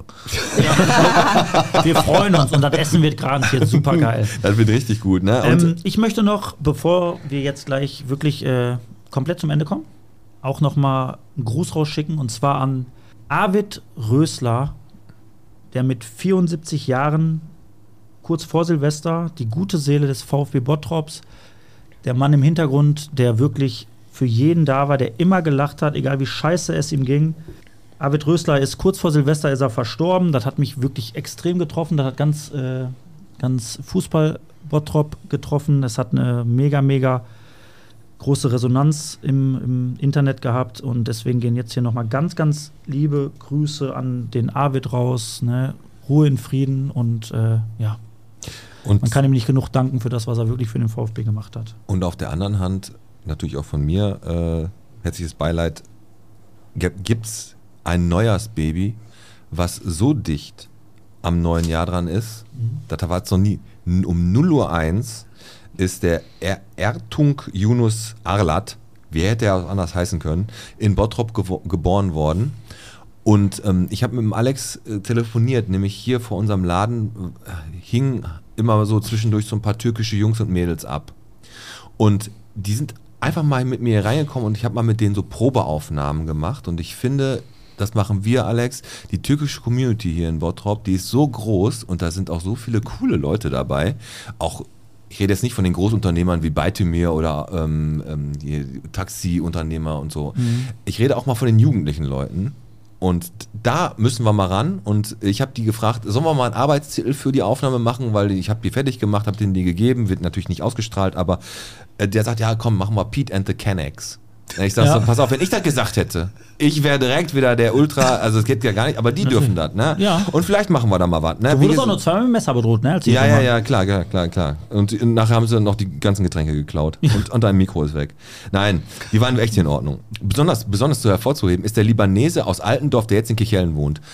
Wir freuen uns und das Essen wird garantiert super geil. Das wird richtig gut, ne? Und Ähm, ich möchte noch, bevor wir jetzt gleich wirklich äh, komplett zum Ende kommen, auch noch mal einen Gruß rausschicken und zwar an Arvid Rösler, der mit vierundsiebzig Jahren kurz vor Silvester die gute Seele des VfB Bottrops, der Mann im Hintergrund, der wirklich für jeden da war, der immer gelacht hat, egal wie scheiße es ihm ging. Arvid Rösler ist kurz vor Silvester ist er verstorben. Das hat mich wirklich extrem getroffen. Das hat ganz, äh, ganz Fußball-Bottrop getroffen. Das hat eine mega, mega große Resonanz im, im Internet gehabt. Und deswegen gehen jetzt hier nochmal ganz, ganz liebe Grüße an den Arvid raus. Ne? Ruhe in Frieden und äh, ja. Und, Man kann ihm nicht genug danken für das, was er wirklich für den VfB gemacht hat. und auf der anderen Hand, natürlich auch von mir, äh, herzliches Beileid, gibt es ein Neujahrsbaby, was so dicht am neuen Jahr dran ist, das war es noch nie. N- Um null Uhr eins ist der er Ertung Yunus Arlat, wie hätte er auch anders heißen können, in Bottrop gewo- geboren worden. Und ähm, ich habe mit dem Alex äh, telefoniert, nämlich hier vor unserem Laden äh, hingen immer so zwischendurch so ein paar türkische Jungs und Mädels ab. Und die sind einfach mal mit mir reingekommen und ich habe mal mit denen so Probeaufnahmen gemacht. Und ich finde, das machen wir, Alex, die türkische Community hier in Bottrop, die ist so groß und da sind auch so viele coole Leute dabei. Auch ich rede jetzt nicht von den Großunternehmern wie Beitemir oder ähm, ähm, die Taxiunternehmer und so. Mhm. Ich rede auch mal von den jugendlichen Leuten. Und da müssen wir mal ran. Und ich habe die gefragt, sollen wir mal einen Arbeitstitel für die Aufnahme machen, weil ich habe die fertig gemacht, habe denen die gegeben, wird natürlich nicht ausgestrahlt, aber äh, der sagt, ja komm, machen wir Pete and the Canucks. Ich sag Ja. so, pass auf, wenn ich das gesagt hätte, ich wäre direkt wieder der Ultra, also es geht ja gar nicht, aber die dürfen das, ne? Ja. Und vielleicht machen wir da mal was, ne? Du Wie wurdest ges- auch nur zweimal mit dem Messer bedroht, ne? Als ja, ja, Junge. ja, klar, klar, klar, klar. Und nachher haben sie noch die ganzen Getränke geklaut. Und, und dein Mikro ist weg. Nein, die waren echt in Ordnung. Besonders, besonders zu hervorzuheben ist der Libanese aus Altendorf, der jetzt in Kichellen wohnt.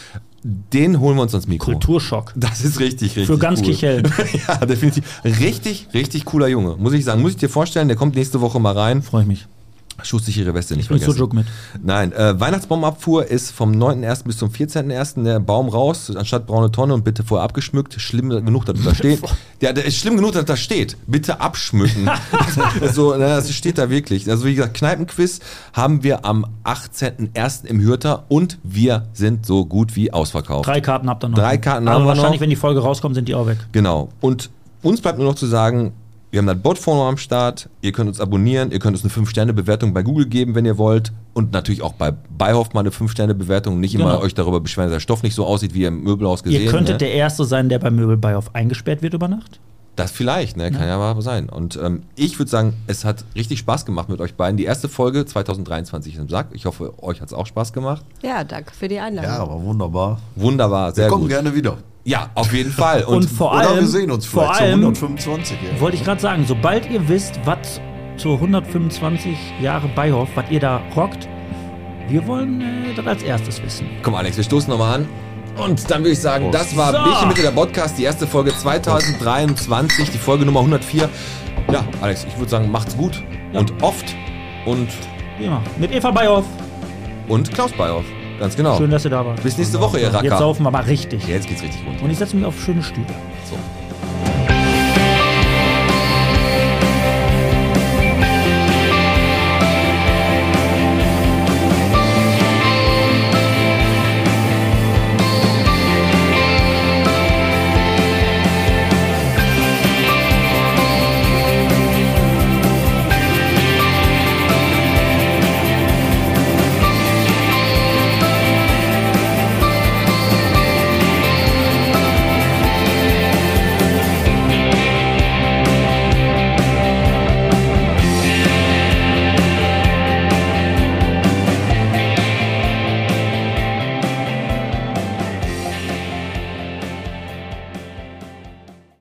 Den holen wir uns ans Mikro. Kulturschock. Das ist richtig, richtig Für ganz cool. Kichellen. Ja, definitiv. Richtig, richtig cooler Junge, muss ich sagen. Muss ich dir vorstellen, der kommt nächste Woche mal rein. Freue ich mich. Schusssichere Weste nicht Ich bring vergessen. Sujuk mit. Nein, äh, Weihnachtsbaumabfuhr ist vom neunten ersten bis zum vierzehnten ersten Der Baum raus, anstatt braune Tonne und bitte vorher abgeschmückt. Schlimm genug, dass das da steht. Ja, der ist schlimm genug, dass das steht. Bitte abschmücken. so, na, das steht da wirklich. Also wie gesagt, Kneipenquiz haben wir am achtzehnten ersten im Hürter und wir sind so gut wie ausverkauft. Drei Karten habt ihr noch. Drei Karten Aber haben wir wahrscheinlich, noch. wenn die Folge rauskommt, sind die auch weg. Genau. Und uns bleibt nur noch zu sagen, wir haben das Bot-Forum am Start. Ihr könnt uns abonnieren. Ihr könnt uns eine fünf Sterne Bewertung bei Google geben, wenn ihr wollt. Und natürlich auch bei Beihoff mal eine fünf Sterne Bewertung. Nicht immer Genau. euch darüber beschweren, dass der Stoff nicht so aussieht, wie ihr im Möbelhaus gesehen Ihr könntet ne? der Erste sein, der beim Möbelbeihof eingesperrt wird über Nacht. Das vielleicht, ne? Kann ja mal sein. Und ähm, ich würde sagen, es hat richtig Spaß gemacht mit euch beiden. Die erste Folge zwanzig dreiundzwanzig ist im Sack. Ich hoffe, euch hat es auch Spaß gemacht. Ja, danke für die Einladung. Ja, aber wunderbar. Wunderbar, sehr Wir kommen gut. gerne wieder. Ja, auf jeden Fall. Und, Und vor Oder allem, wir sehen uns vor vielleicht zur allem hundertfünfundzwanzig. Ja. wollte ich gerade sagen, sobald ihr wisst, was zur hundertfünfundzwanzig Jahre Beihoff, was ihr da rockt, wir wollen äh, das als erstes wissen. komm, Alex, wir stoßen nochmal an. Und dann würde ich sagen, Prost. das war So. Bierchen Mitte der Podcast, die erste Folge zwanzig dreiundzwanzig, die Folge Nummer hundertvier. Ja, Alex, ich würde sagen, macht's gut Ja. und oft und, Wie immer. Mit Eva Bayhoff. und Klaus Beihoff. Ganz genau. Schön, dass ihr da wart. Bis nächste Woche, ihr Racker. Jetzt saufen wir mal richtig. Jetzt geht's richtig rund. Und ich setze mich auf schöne Stühle. So.